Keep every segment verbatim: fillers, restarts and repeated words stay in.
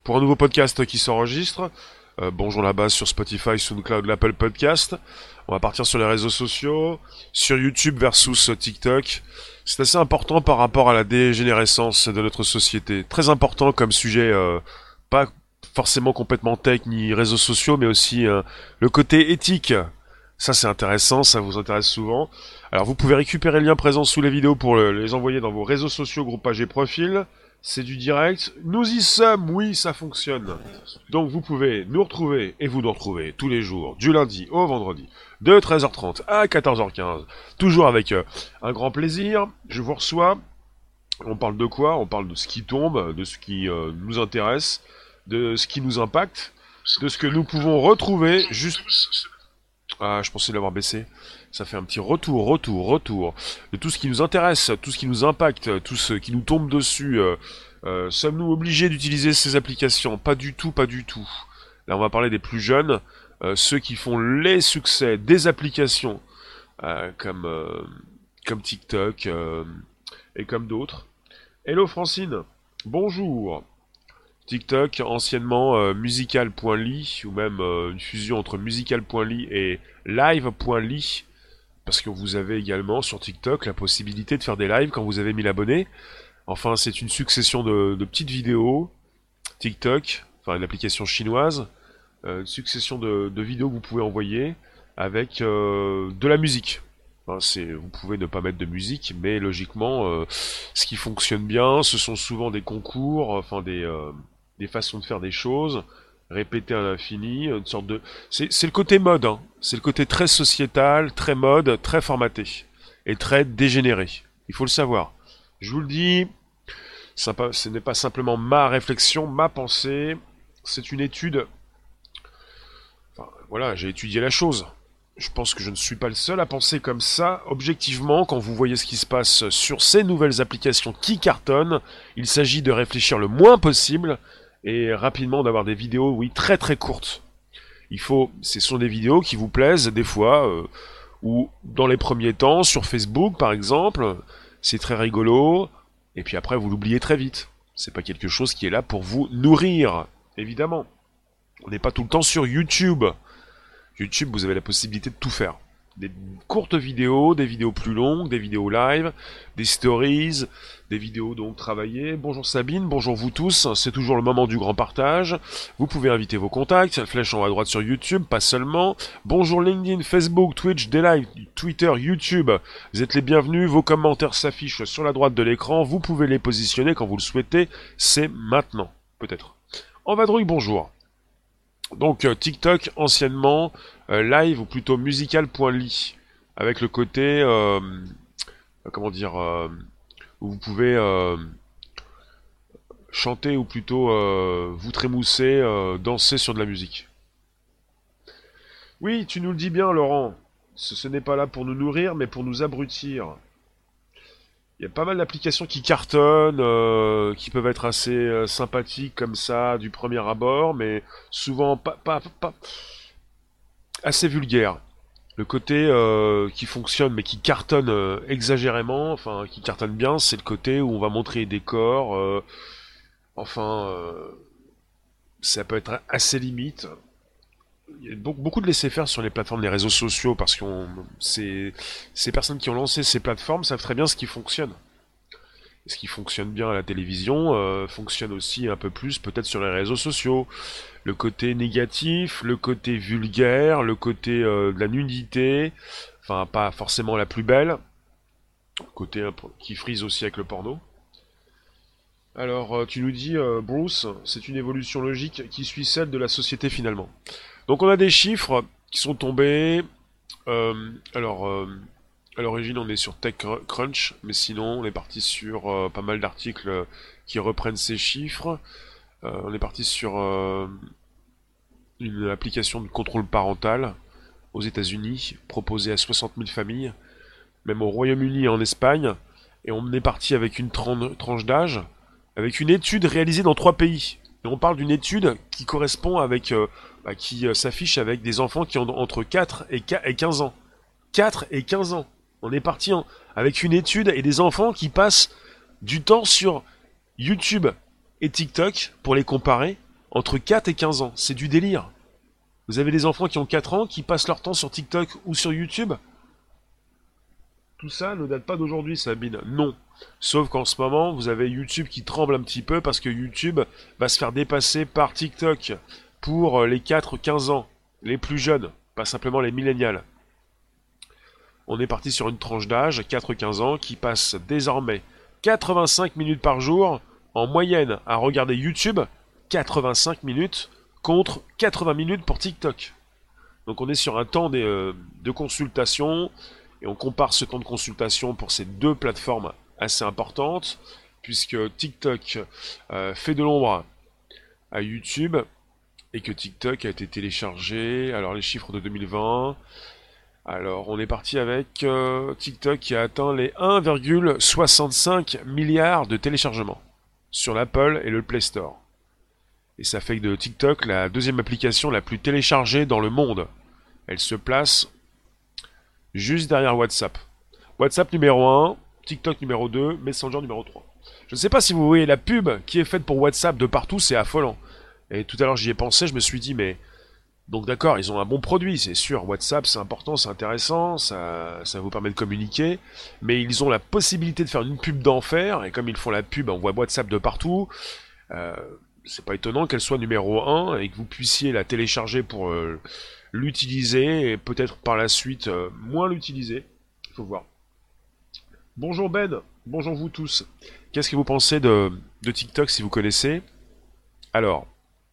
Pour un nouveau podcast qui s'enregistre. Euh, bonjour la base sur Spotify, SoundCloud, l'Apple Podcast. On va partir sur les réseaux sociaux, sur YouTube versus TikTok. C'est assez important par rapport à la dégénérescence de notre société. Très important comme sujet, euh, pas forcément complètement tech ni réseaux sociaux, mais aussi euh, le côté éthique. Ça c'est intéressant, ça vous intéresse souvent. Alors vous pouvez récupérer le lien présent sous les vidéos pour le, les envoyer dans vos réseaux sociaux, groupages et profils. C'est du direct. Nous y sommes, oui, ça fonctionne. Donc vous pouvez nous retrouver, et vous nous retrouvez tous les jours, du lundi au vendredi, de treize heures trente à quatorze heures quinze. Toujours avec euh, un grand plaisir. Je vous reçois. On parle de quoi? On parle de ce qui tombe, de ce qui euh, nous intéresse, de ce qui nous impacte, de ce que nous pouvons retrouver juste... Ah, je pensais l'avoir baissé. Ça fait un petit retour, retour, retour de tout ce qui nous intéresse, tout ce qui nous impacte, tout ce qui nous tombe dessus. Euh, euh, sommes-nous obligés d'utiliser ces applications? Pas du tout, pas du tout. Là, on va parler des plus jeunes, euh, ceux qui font les succès des applications, euh, comme, euh, comme TikTok euh, et comme d'autres. Hello Francine, bonjour. TikTok, anciennement euh, musical point l y, ou même euh, une fusion entre musical point l y et live point l y, parce que vous avez également sur TikTok la possibilité de faire des lives quand vous avez mille abonnés. Enfin, c'est une succession de, de petites vidéos, TikTok, enfin une application chinoise, euh, une succession de, de vidéos que vous pouvez envoyer avec euh, de la musique. Enfin, c'est, vous pouvez ne pas mettre de musique, mais logiquement, euh, ce qui fonctionne bien, ce sont souvent des concours, enfin des... Euh, des façons de faire des choses, répéter à l'infini, une sorte de... C'est, c'est le côté mode, hein. C'est le côté très sociétal, très mode, très formaté, et très dégénéré. Il faut le savoir. Je vous le dis, sympa, ce n'est pas simplement ma réflexion, ma pensée, c'est une étude... Enfin, voilà, j'ai étudié la chose. Je pense que je ne suis pas le seul à penser comme ça. Objectivement, quand vous voyez ce qui se passe sur ces nouvelles applications qui cartonnent, il s'agit de réfléchir le moins possible et rapidement d'avoir des vidéos, oui, très très courtes. Il faut, ce sont des vidéos qui vous plaisent des fois, euh, ou dans les premiers temps, sur Facebook par exemple, c'est très rigolo, et puis après vous l'oubliez très vite. C'est pas quelque chose qui est là pour vous nourrir, évidemment. On n'est pas tout le temps sur YouTube. YouTube, vous avez la possibilité de tout faire. Des courtes vidéos, des vidéos plus longues, des vidéos live, des stories, des vidéos donc travaillées. Bonjour Sabine, bonjour vous tous, c'est toujours le moment du grand partage. Vous pouvez inviter vos contacts, la flèche en haut à droite sur YouTube, pas seulement. Bonjour LinkedIn, Facebook, Twitch, des lives, Twitter, YouTube. Vous êtes les bienvenus, vos commentaires s'affichent sur la droite de l'écran, vous pouvez les positionner quand vous le souhaitez, c'est maintenant, peut-être. En vadrouille, bonjour. Donc euh, TikTok anciennement euh, live ou plutôt musical point l y avec le côté euh, comment dire euh, où vous pouvez euh, chanter ou plutôt euh, vous trémousser, euh, danser sur de la musique. Oui, tu nous le dis bien Laurent, ce, ce n'est pas là pour nous nourrir mais pour nous abrutir. Il y a pas mal d'applications qui cartonnent, euh, qui peuvent être assez euh, sympathiques comme ça du premier abord, mais souvent pas, pas, pas assez vulgaires. Le côté euh, qui fonctionne mais qui cartonne euh, exagérément, enfin qui cartonne bien, c'est le côté où on va montrer des corps, euh, enfin euh, ça peut être assez limite. Il y a beaucoup, beaucoup de laisser-faire sur les plateformes, les réseaux sociaux, parce que ces personnes qui ont lancé ces plateformes savent très bien ce qui fonctionne. Et ce qui fonctionne bien à la télévision euh, fonctionne aussi un peu plus peut-être sur les réseaux sociaux. Le côté négatif, le côté vulgaire, le côté euh, de la nudité, enfin pas forcément la plus belle, le côté un peu, qui frise aussi avec le porno. Alors euh, tu nous dis, euh, Bruce, c'est une évolution logique qui suit celle de la société finalement. Donc on a des chiffres qui sont tombés. Euh, alors, euh, à l'origine on est sur TechCrunch, mais sinon on est parti sur euh, pas mal d'articles qui reprennent ces chiffres. Euh, on est parti sur euh, une application de contrôle parental aux États-Unis, proposée à soixante mille familles, même au Royaume-Uni et en Espagne. Et on est parti avec une tranche d'âge, avec une étude réalisée dans trois pays. Et on parle d'une étude qui correspond avec... Euh, Bah, qui euh, s'affiche avec des enfants qui ont entre quatre et quinze ans. quatre et quinze ans. On est parti en, avec une étude et des enfants qui passent du temps sur YouTube et TikTok pour les comparer. entre quatre et quinze ans. C'est du délire. Vous avez des enfants qui ont quatre ans qui passent leur temps sur TikTok ou sur YouTube. Tout ça ne date pas d'aujourd'hui, Sabine. Non. Sauf qu'en ce moment, vous avez YouTube qui tremble un petit peu parce que YouTube va se faire dépasser par TikTok pour les quatre quinze ans, les plus jeunes, pas simplement les millénials. On est parti sur une tranche d'âge, quatre quinze ans, qui passe désormais quatre-vingt-cinq minutes par jour, en moyenne, à regarder YouTube, quatre-vingt-cinq minutes, contre quatre-vingts minutes pour TikTok. Donc on est sur un temps de, euh, de consultation, et on compare ce temps de consultation pour ces deux plateformes assez importantes, puisque TikTok euh, fait de l'ombre à YouTube, et que TikTok a été téléchargé, alors les chiffres de deux mille vingt, alors on est parti avec euh, TikTok qui a atteint les un virgule soixante-cinq milliards de téléchargements sur l'Apple et le Play Store. Et ça fait de TikTok la deuxième application la plus téléchargée dans le monde. Elle se place juste derrière WhatsApp. WhatsApp numéro un, TikTok numéro deux, Messenger numéro trois. Je ne sais pas si vous voyez la pub qui est faite pour WhatsApp de partout, c'est affolant. Et tout à l'heure j'y ai pensé, je me suis dit mais... Donc d'accord, ils ont un bon produit, c'est sûr, WhatsApp c'est important, c'est intéressant, ça, ça vous permet de communiquer, mais ils ont la possibilité de faire une pub d'enfer, et comme ils font la pub, on voit WhatsApp de partout, euh, c'est pas étonnant qu'elle soit numéro un, et que vous puissiez la télécharger pour euh, l'utiliser, et peut-être par la suite euh, moins l'utiliser, il faut voir. Bonjour Ben, bonjour vous tous, qu'est-ce que vous pensez de, de TikTok si vous connaissez? Alors...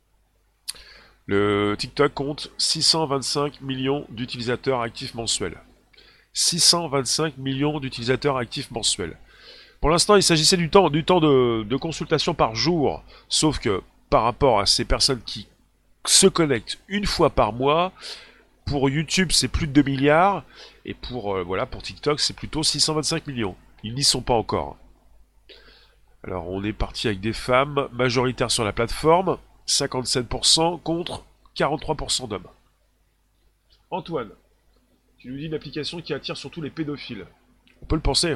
Le TikTok compte six cent vingt-cinq millions d'utilisateurs actifs mensuels. six cent vingt-cinq millions d'utilisateurs actifs mensuels. Pour l'instant, il s'agissait du temps, du temps de, de consultation par jour. Sauf que par rapport à ces personnes qui se connectent une fois par mois, pour YouTube, c'est plus de deux milliards. Et pour, euh, voilà, pour TikTok, c'est plutôt six cent vingt-cinq millions. Ils n'y sont pas encore. Alors, on est parti avec des femmes majoritaires sur la plateforme. cinquante-sept pour cent contre quarante-trois pour cent d'hommes. Antoine, tu nous dis une application qui attire surtout les pédophiles. On peut le penser.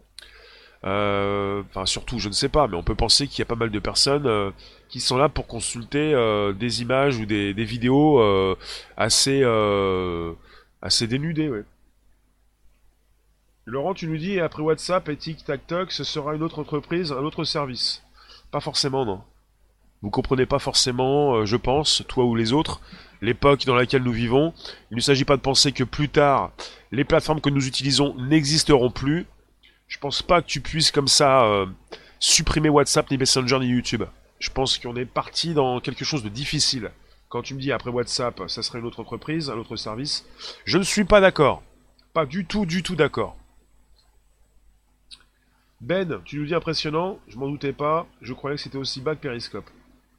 Euh, enfin, surtout, je ne sais pas, mais on peut penser qu'il y a pas mal de personnes euh, qui sont là pour consulter euh, des images ou des, des vidéos euh, assez, euh, assez dénudées. Ouais. Laurent, tu nous dis, après WhatsApp et TikTok, ce sera une autre entreprise, un autre service. Pas forcément, non. Vous comprenez pas forcément, euh, je pense, toi ou les autres, l'époque dans laquelle nous vivons. Il ne s'agit pas de penser que plus tard, les plateformes que nous utilisons n'existeront plus. Je pense pas que tu puisses comme ça euh, supprimer WhatsApp, ni Messenger, ni YouTube. Je pense qu'on est parti dans quelque chose de difficile. Quand tu me dis après WhatsApp, ça serait une autre entreprise, un autre service, je ne suis pas d'accord. Pas du tout, du tout d'accord. Ben, tu nous dis impressionnant, je m'en doutais pas, je croyais que c'était aussi bas que Periscope.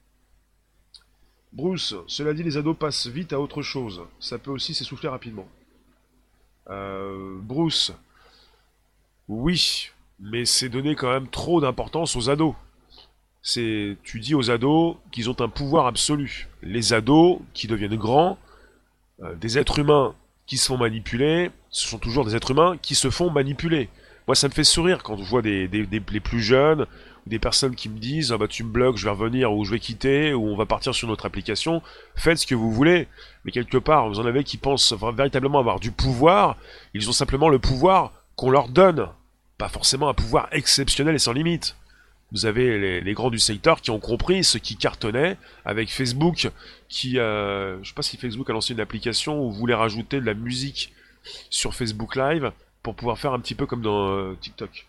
Bruce, cela dit, les ados passent vite à autre chose. Ça peut aussi s'essouffler rapidement. Euh, Bruce, oui, mais c'est donner quand même trop d'importance aux ados. C'est, tu dis aux ados qu'ils ont un pouvoir absolu. Les ados qui deviennent grands, euh, des êtres humains qui se font manipuler, ce sont toujours des êtres humains qui se font manipuler. Moi, ça me fait sourire quand je vois des, des, des les plus jeunes, ou des personnes qui me disent ah bah tu me bloques, je vais revenir, ou je vais quitter, ou on va partir sur notre application. Faites ce que vous voulez, mais quelque part, vous en avez qui pensent véritablement avoir du pouvoir. Ils ont simplement le pouvoir qu'on leur donne, pas forcément un pouvoir exceptionnel et sans limite. Vous avez les, les grands du secteur qui ont compris ce qui cartonnait avec Facebook, qui, euh, je sais pas si Facebook a lancé une application où vous voulez rajouter de la musique sur Facebook Live pour pouvoir faire un petit peu comme dans euh, TikTok.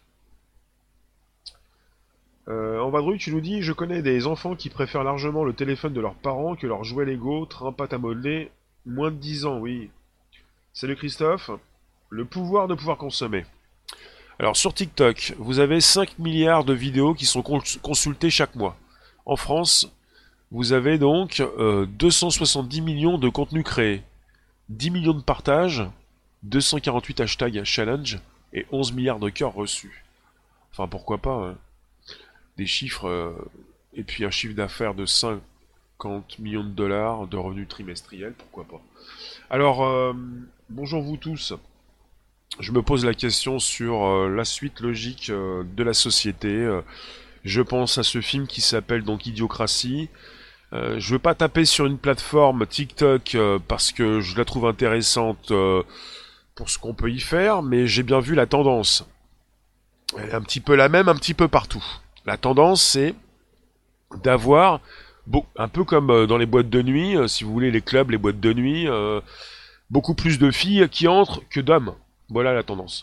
Euh, en vadrouille, tu nous dis, je connais des enfants qui préfèrent largement le téléphone de leurs parents que leurs jouets Lego, train, pâte à modeler, moins de dix ans, oui. Salut Christophe. Le pouvoir de pouvoir consommer. Alors sur TikTok, vous avez cinq milliards de vidéos qui sont cons consultées chaque mois. En France, vous avez donc euh, deux cent soixante-dix millions de contenus créés, dix millions de partages, deux cent quarante-huit hashtags challenge et onze milliards de cœurs reçus. Enfin pourquoi pas, hein. Des chiffres, euh, et puis un chiffre d'affaires de cinquante millions de dollars de revenus trimestriels, pourquoi pas. Alors, euh, bonjour vous tous. Je me pose la question sur euh, la suite logique euh, de la société. Euh, je pense à ce film qui s'appelle donc Idiocratie. Euh, je veux pas taper sur une plateforme TikTok euh, parce que je la trouve intéressante euh, pour ce qu'on peut y faire, mais j'ai bien vu la tendance. Elle est un petit peu la même, un petit peu partout. La tendance, c'est d'avoir, beau- un peu comme euh, dans les boîtes de nuit, euh, si vous voulez, les clubs, les boîtes de nuit, euh, beaucoup plus de filles qui entrent que d'hommes. Voilà la tendance.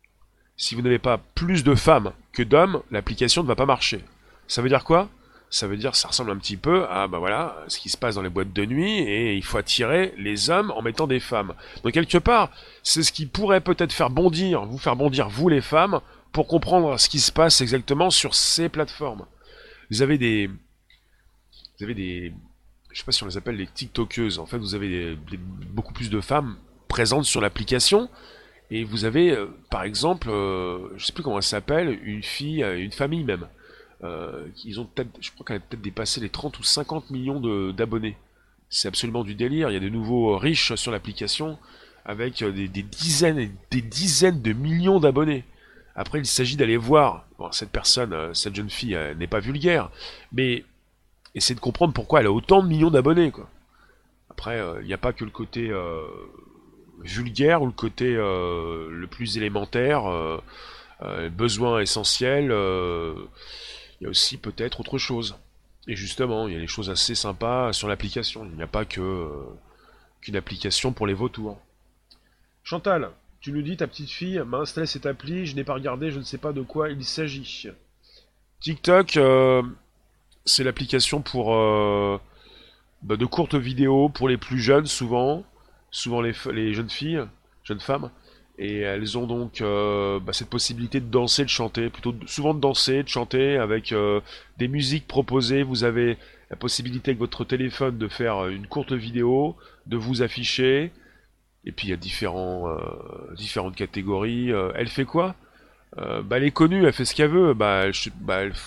Si vous n'avez pas plus de femmes que d'hommes, l'application ne va pas marcher. Ça veut dire quoi? Ça veut dire, ça ressemble un petit peu à, bah voilà, ce qui se passe dans les boîtes de nuit, et il faut attirer les hommes en mettant des femmes. Donc quelque part, c'est ce qui pourrait peut-être faire bondir, vous faire bondir, vous les femmes, pour comprendre ce qui se passe exactement sur ces plateformes. Vous avez des, vous avez des, je sais pas si on les appelle les TikTokeuses. En fait, vous avez des- des- beaucoup plus de femmes présentes sur l'application. Et vous avez, euh, par exemple, euh, je sais plus comment elle s'appelle, une fille, euh, une famille même. Euh, ils ont peut-être, je crois qu'elle a peut-être dépassé les trente ou cinquante millions de- d'abonnés. C'est absolument du délire. Il y a de nouveaux euh, riches sur l'application avec euh, des, des dizaines et des dizaines de millions d'abonnés. Après, il s'agit d'aller voir. Bon, cette personne, euh, cette jeune fille, elle n'est pas vulgaire, mais essayer de comprendre pourquoi elle a autant de millions d'abonnés, quoi. Après, il n'y a pas que le côté euh, vulgaire ou le côté euh, le plus élémentaire, euh, euh, besoin essentiel. euh, Il y a aussi peut-être autre chose. Et justement, il y a des choses assez sympas sur l'application. Il n'y a pas que euh, qu'une application pour les vautours. Chantal, tu nous dis ta petite fille m'a installé cette appli, je n'ai pas regardé, je ne sais pas de quoi il s'agit. TikTok, euh, c'est l'application pour euh, bah, de courtes vidéos pour les plus jeunes, souvent, souvent les, f- les jeunes filles, jeunes femmes, et elles ont donc euh, bah, cette possibilité de danser, de chanter, plutôt de- souvent de danser, de chanter avec euh, des musiques proposées. Vous avez la possibilité avec votre téléphone de faire une courte vidéo, de vous afficher, et puis il y a différents, euh, différentes catégories. Euh, elle fait quoi? Euh, bah, elle est connue, elle fait ce qu'elle veut. Bah, elle, je, bah, elle,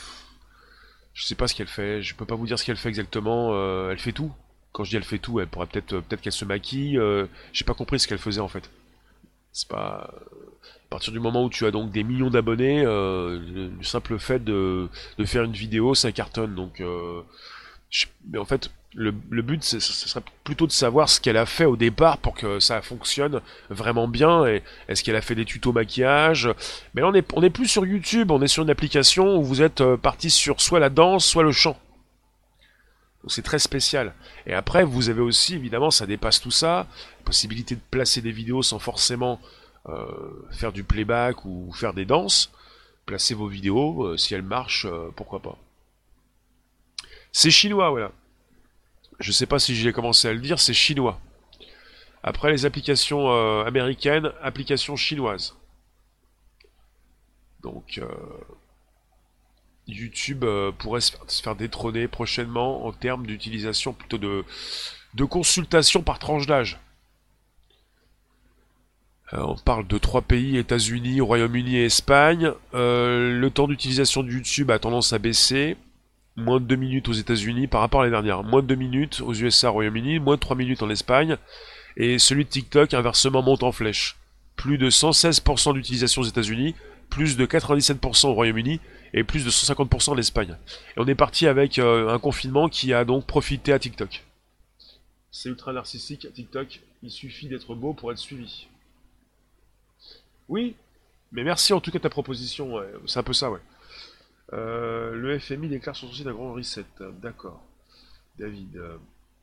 je sais pas ce qu'elle fait, je peux pas vous dire ce qu'elle fait exactement. Euh, elle fait tout. Quand je dis elle fait tout, elle pourrait peut-être, peut-être qu'elle se maquille. Euh, j'ai pas compris ce qu'elle faisait en fait. C'est pas. À partir du moment où tu as donc des millions d'abonnés, euh, le, le simple fait de, de faire une vidéo, ça cartonne. Donc, euh, je- mais en fait, le, le but, c'est- ce serait plutôt de savoir ce qu'elle a fait au départ pour que ça fonctionne vraiment bien. Et est-ce qu'elle a fait des tutos maquillage? Mais là, on est, on est plus sur YouTube, on est sur une application où vous êtes euh, parti sur soit la danse, soit le chant. Donc c'est très spécial. Et après, vous avez aussi, évidemment, ça dépasse tout ça, la possibilité de placer des vidéos sans forcément euh, faire du playback ou faire des danses. Placez vos vidéos, euh, si elles marchent, euh, pourquoi pas. C'est chinois, voilà. Je sais pas si j'ai commencé à le dire, c'est chinois. Après les applications euh, américaines, applications chinoises. Donc euh, YouTube euh, pourrait se faire, se faire détrôner prochainement en termes d'utilisation plutôt de, de consultation par tranche d'âge. Euh, on parle de trois pays, États-Unis, Royaume-Uni et Espagne. Euh, le temps d'utilisation de YouTube a tendance à baisser. Moins de deux minutes aux États-Unis par rapport à l'année dernière. Moins de deux minutes aux U S A, Royaume-Uni. Moins de trois minutes en Espagne. Et celui de TikTok, inversement, monte en flèche. Plus de cent seize pour cent d'utilisation aux États-Unis, plus de quatre-vingt-dix-sept pour cent au Royaume-Uni et plus de cent cinquante pour cent en Espagne. Et on est parti avec euh, un confinement qui a donc profité à TikTok. C'est ultra narcissique, TikTok. Il suffit d'être beau pour être suivi. Oui, mais merci en tout cas de ta proposition. Ouais. C'est un peu ça, ouais. Euh, le F M I déclare son souci d'un grand reset. D'accord. David. euh,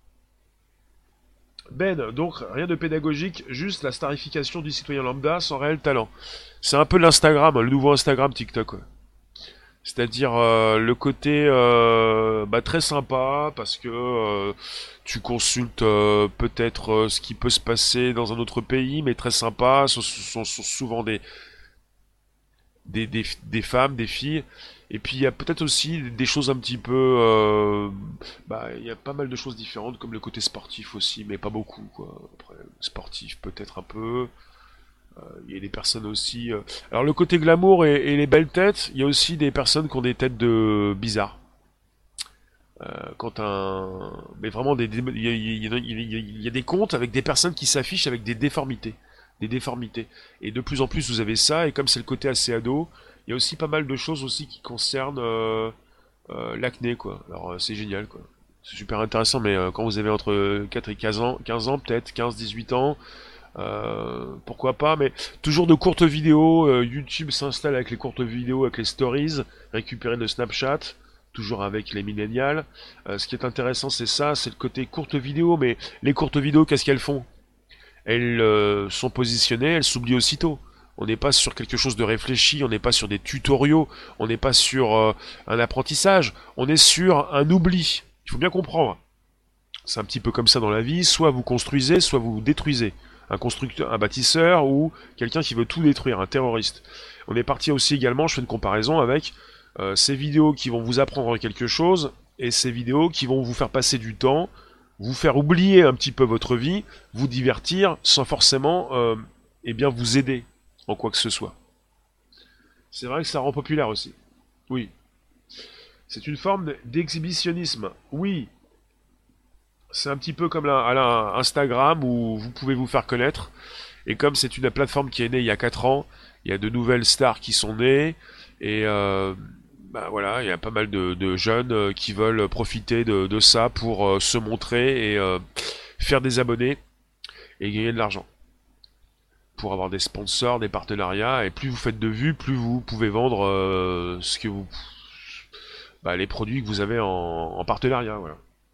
Ben, donc rien de pédagogique, juste la starification du citoyen lambda sans réel talent. C'est un peu l'Instagram, le nouveau Instagram TikTok. Ouais. C'est-à-dire euh, le côté euh, bah, très sympa parce que euh, tu consultes euh, peut-être euh, ce qui peut se passer dans un autre pays, mais très sympa. Ce sont, sont souvent des, des, des, des femmes, des filles. Et puis il y a peut-être aussi des choses un petit peu... euh, bah, il y a pas mal de choses différentes, comme le côté sportif aussi, mais pas beaucoup, quoi. Après, sportif peut-être un peu. Euh, Il y a des personnes aussi... euh, Alors le côté glamour et, et les belles têtes, il y a aussi des personnes qui ont des têtes de bizarres. Euh, quand un... Mais vraiment, des... des- il y a, il y a- il y a- il y a des comptes avec des personnes qui s'affichent avec des déformités. Des déformités. Et de plus en plus, vous avez ça, et comme c'est le côté assez ado, il y a aussi pas mal de choses aussi qui concernent euh, euh, l'acné, quoi. Alors euh, c'est génial, quoi. C'est super intéressant, mais euh, quand vous avez entre quatre et quinze ans, quinze ans peut-être, quinze dix-huit ans, euh, pourquoi pas, mais toujours de courtes vidéos, euh, YouTube s'installe avec les courtes vidéos, avec les stories, récupérées de Snapchat, toujours avec les millénials. Euh, ce qui est intéressant, c'est ça, c'est le côté courte vidéo, mais les courtes vidéos, qu'est-ce qu'elles font? Elles euh, sont positionnées, elles s'oublient aussitôt. On n'est pas sur quelque chose de réfléchi, on n'est pas sur des tutoriaux, on n'est pas sur euh, un apprentissage, on est sur un oubli. Il faut bien comprendre. C'est un petit peu comme ça dans la vie, soit vous construisez, soit vous détruisez. Un constructeur, un bâtisseur ou quelqu'un qui veut tout détruire, un terroriste. On est parti aussi également, je fais une comparaison avec euh, ces vidéos qui vont vous apprendre quelque chose et ces vidéos qui vont vous faire passer du temps, vous faire oublier un petit peu votre vie, vous divertir sans forcément euh, eh bien vous aider en quoi que ce soit. C'est vrai que ça rend populaire aussi. Oui. C'est une forme d'exhibitionnisme. Oui. C'est un petit peu comme la, à la Instagram où vous pouvez vous faire connaître. Et comme c'est une plateforme qui est née il y a quatre ans, il y a de nouvelles stars qui sont nées. Et euh, bah voilà, il y a pas mal de, de jeunes euh, qui veulent profiter de, de ça pour euh, se montrer et euh, faire des abonnés et gagner de l'argent. Pour avoir des sponsors, des partenariats. Et plus vous faites de vues, plus vous pouvez vendre euh, ce que vous, bah, les produits que vous avez en, en partenariat. Voilà.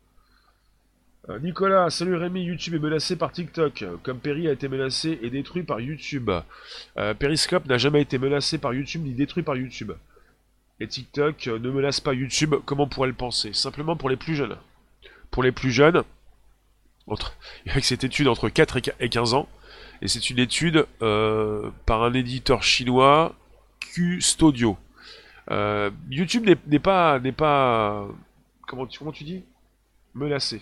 Euh, Nicolas, salut Rémi, YouTube est menacé par TikTok, comme Perry a été menacé et détruit par YouTube. Euh, Periscope n'a jamais été menacé par YouTube ni détruit par YouTube. Et TikTok euh, ne menace pas YouTube, comme on pourrait le penser. Simplement pour les plus jeunes. Pour les plus jeunes, entre, avec cette étude entre quatre et quinze ans, et c'est une étude euh, par un éditeur chinois, Custodio. Euh, YouTube n'est pas, n'est pas, comment tu, comment tu dis, menacé.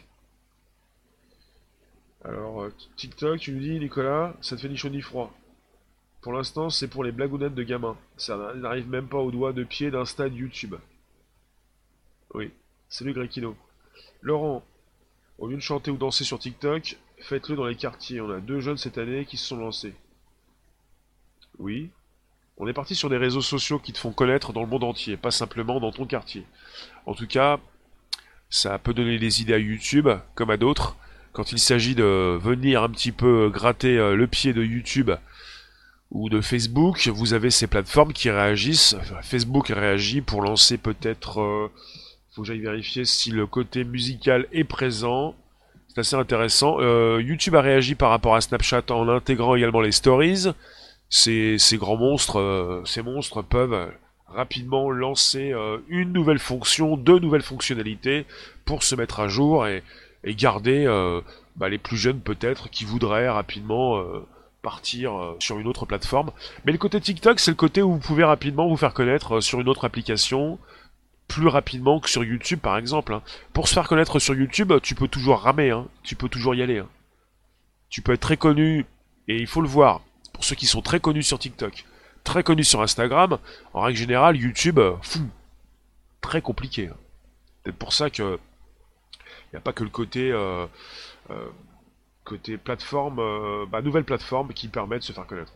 Alors, euh, TikTok, tu nous dis, Nicolas, ça te fait ni chaud ni froid. Pour l'instant, c'est pour les blagounettes de gamins. Ça n'arrive même pas au doigt de pied d'un stade YouTube. Oui, salut Grekino. Laurent, au lieu de chanter ou danser sur TikTok, faites-le dans les quartiers. On a deux jeunes cette année qui se sont lancés. Oui. On est parti sur des réseaux sociaux qui te font connaître dans le monde entier, pas simplement dans ton quartier. En tout cas, ça peut donner des idées à YouTube, comme à d'autres. Quand il s'agit de venir un petit peu gratter le pied de YouTube ou de Facebook, vous avez ces plateformes qui réagissent. Facebook réagit pour lancer peut-être... Euh, faut que j'aille vérifier si le côté musical est présent. C'est assez intéressant. Euh, YouTube a réagi par rapport à Snapchat en intégrant également les stories. Ces, ces grands monstres, euh, ces monstres peuvent rapidement lancer euh, une nouvelle fonction, deux nouvelles fonctionnalités pour se mettre à jour et, et garder euh, bah, les plus jeunes peut-être qui voudraient rapidement euh, partir euh, sur une autre plateforme. Mais le côté TikTok, c'est le côté où vous pouvez rapidement vous faire connaître euh, sur une autre application, plus rapidement que sur YouTube par exemple. Hein. Pour se faire connaître sur YouTube, tu peux toujours ramer, hein. Tu peux toujours y aller. Hein. Tu peux être très connu, et il faut le voir, pour ceux qui sont très connus sur TikTok, très connus sur Instagram, en règle générale, YouTube, fou, très compliqué. Hein. C'est pour ça que il n'y a pas que le côté euh, euh, côté plateforme, euh, bah, nouvelle plateforme qui permet de se faire connaître.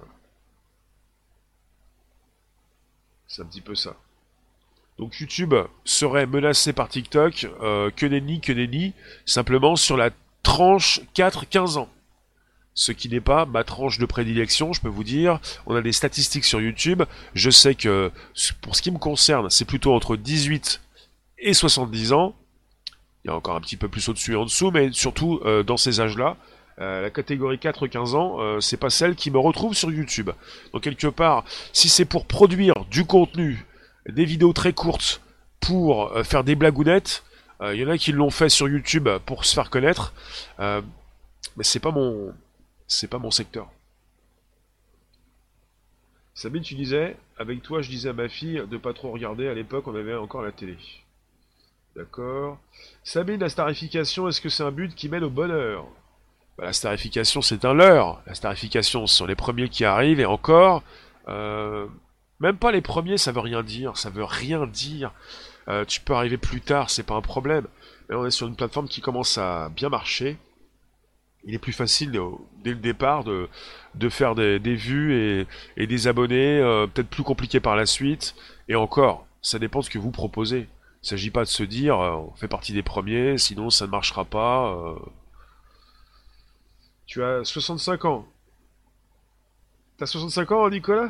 C'est un petit peu ça. Donc YouTube serait menacé par TikTok, euh, que nenni, que nenni, simplement sur la tranche quatre quinze ans. Ce qui n'est pas ma tranche de prédilection, je peux vous dire. On a des statistiques sur YouTube. Je sais que, pour ce qui me concerne, c'est plutôt entre dix-huit et soixante-dix ans. Il y a encore un petit peu plus au-dessus et en dessous, mais surtout euh, dans ces âges-là. Euh, la catégorie quatre quinze ans, euh, c'est pas celle qui me retrouve sur YouTube. Donc quelque part, si c'est pour produire du contenu, des vidéos très courtes, pour euh, faire des blagounettes, il euh, y en a qui l'ont fait sur YouTube pour se faire connaître, euh, mais c'est pas mon... C'est pas mon secteur. Sabine, tu disais, avec toi, je disais à ma fille de pas trop regarder. À l'époque, on avait encore la télé. D'accord. Sabine, la starification, est-ce que c'est un but qui mène au bonheur? Bah, la starification, c'est un leurre. La starification, ce sont les premiers qui arrivent, et encore, euh, même pas les premiers, ça veut rien dire. Ça veut rien dire. Euh, tu peux arriver plus tard, c'est pas un problème. Mais on est sur une plateforme qui commence à bien marcher. Il est plus facile de, dès le départ de, de faire des, des vues et, et des abonnés, euh, peut-être plus compliqué par la suite. Et encore, ça dépend de ce que vous proposez. Il s'agit pas de se dire, euh, on fait partie des premiers, sinon ça ne marchera pas. euh. Tu as soixante-cinq ans. T'as soixante-cinq ans, Nicolas?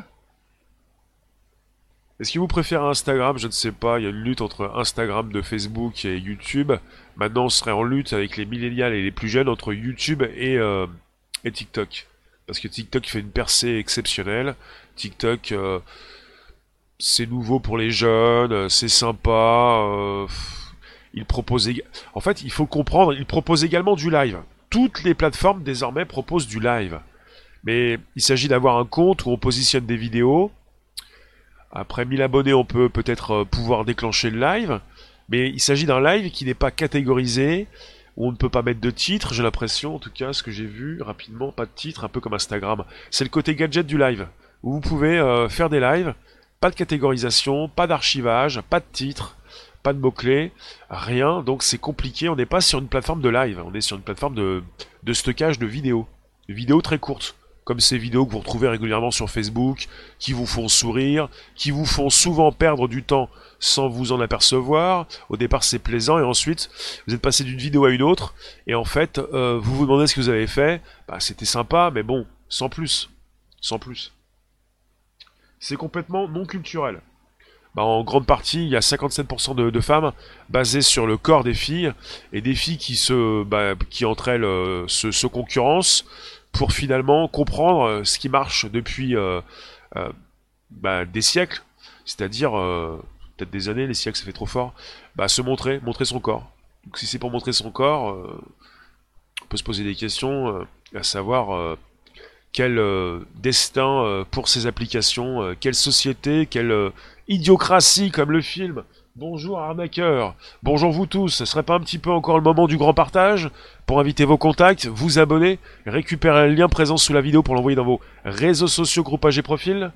Est-ce que vous préférez Instagram? Je ne sais pas, il y a une lutte entre Instagram de Facebook et YouTube. Maintenant, on serait en lutte avec les millénials et les plus jeunes entre YouTube et, euh, et TikTok. Parce que TikTok fait une percée exceptionnelle. TikTok, euh, c'est nouveau pour les jeunes, euh, c'est sympa. euh, pff, il propose ég- En fait, il faut comprendre, il propose également du live. Toutes les plateformes désormais proposent du live. Mais il s'agit d'avoir un compte où on positionne des vidéos. Après mille abonnés, on peut peut-être euh, pouvoir déclencher le live, mais il s'agit d'un live qui n'est pas catégorisé, où on ne peut pas mettre de titre, j'ai l'impression, en tout cas, ce que j'ai vu rapidement, pas de titre, un peu comme Instagram. C'est le côté gadget du live, où vous pouvez euh, faire des lives, pas de catégorisation, pas d'archivage, pas de titre, pas de mots-clés, rien, donc c'est compliqué, on n'est pas sur une plateforme de live, on est sur une plateforme de, de stockage de vidéos, de vidéos très courtes. Comme ces vidéos que vous retrouvez régulièrement sur Facebook, qui vous font sourire, qui vous font souvent perdre du temps sans vous en apercevoir. Au départ, c'est plaisant, et ensuite, vous êtes passé d'une vidéo à une autre, et en fait, euh, vous vous demandez ce que vous avez fait. Bah, c'était sympa, mais bon, sans plus. Sans plus. C'est complètement non culturel. Bah, en grande partie, il y a cinquante-sept pour cent de, de femmes basées sur le corps des filles, et des filles qui, se, bah, qui entre elles euh, se, se concurrencent, pour finalement comprendre euh, ce qui marche depuis euh, euh, bah, des siècles, c'est-à-dire euh, peut-être des années, les siècles ça fait trop fort, bah, se montrer, montrer son corps. Donc si c'est pour montrer son corps, euh, on peut se poser des questions, euh, à savoir euh, quel euh, destin euh, pour ces applications, euh, quelle société, quelle euh, idiocratie comme le film. Bonjour arnaqueur, bonjour vous tous, ce serait pas un petit peu encore le moment du grand partage? Pour inviter vos contacts, vous abonner, récupérer le lien présent sous la vidéo pour l'envoyer dans vos réseaux sociaux, groupages et profils.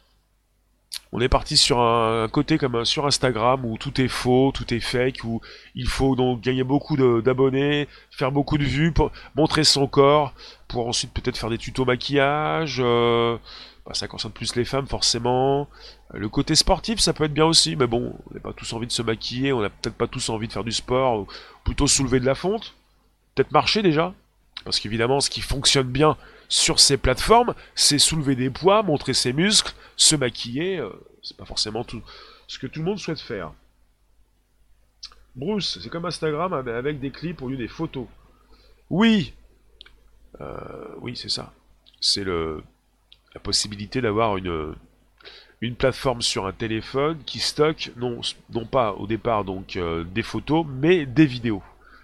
On est parti sur un, un côté comme un, sur Instagram où tout est faux, tout est fake, où il faut donc gagner beaucoup de- d'abonnés, faire beaucoup de vues, pour montrer son corps, pour ensuite peut-être faire des tutos maquillage. euh, bah, ça concerne plus les femmes forcément. Le côté sportif, ça peut être bien aussi, mais bon, on n'a pas tous envie de se maquiller, on n'a peut-être pas tous envie de faire du sport, ou plutôt soulever de la fonte, peut-être marcher déjà. Parce qu'évidemment, ce qui fonctionne bien sur ces plateformes, c'est soulever des poids, montrer ses muscles, se maquiller. euh, c'est pas forcément tout ce que tout le monde souhaite faire. Bruce, c'est comme Instagram mais avec des clips au lieu des photos. Oui, euh, oui, c'est ça. C'est le la possibilité d'avoir une une plateforme sur un téléphone qui stocke non non pas au départ donc euh, des photos, mais des vidéos.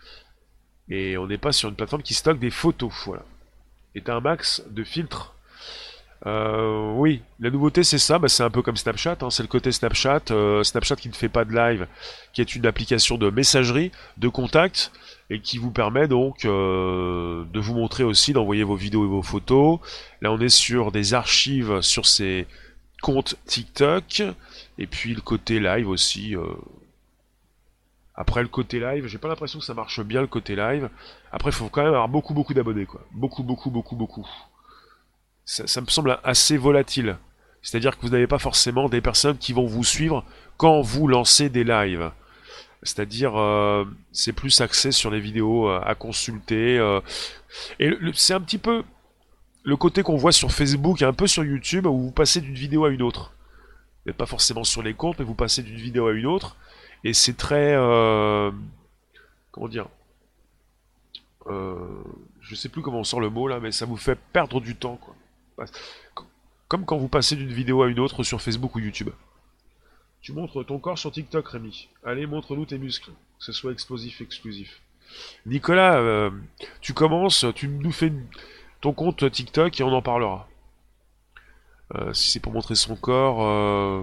Et on n'est pas sur une plateforme qui stocke des photos, voilà. Et t'as un max de filtres. Euh, oui, la nouveauté c'est ça, bah, c'est un peu comme Snapchat, hein, c'est le côté Snapchat, euh, Snapchat qui ne fait pas de live, qui est une application de messagerie, de contact, et qui vous permet donc euh, de vous montrer aussi, d'envoyer vos vidéos et vos photos. Là on est sur des archives sur ces comptes TikTok, et puis le côté live aussi. euh. Après le côté live, j'ai pas l'impression que ça marche bien le côté live. Après il faut quand même avoir beaucoup beaucoup d'abonnés quoi, beaucoup beaucoup beaucoup beaucoup. Ça, ça me semble assez volatile. C'est-à-dire que vous n'avez pas forcément des personnes qui vont vous suivre quand vous lancez des lives. C'est-à-dire, euh, c'est plus axé sur les vidéos euh, à consulter. euh. Et le- le- c'est un petit peu le côté qu'on voit sur Facebook et un peu sur YouTube où vous passez d'une vidéo à une autre. Vous n'êtes pas forcément sur les comptes, mais vous passez d'une vidéo à une autre. Et c'est très... euh, comment dire euh, Je sais plus comment on sort le mot là, mais ça vous fait perdre du temps, quoi. Comme quand vous passez d'une vidéo à une autre sur Facebook ou YouTube. Tu montres ton corps sur TikTok, Rémi. Allez, montre-nous tes muscles. Que ce soit explosif, exclusif. Nicolas, euh, tu commences, tu nous fais ton compte TikTok et on en parlera. Euh, si c'est pour montrer son corps, euh,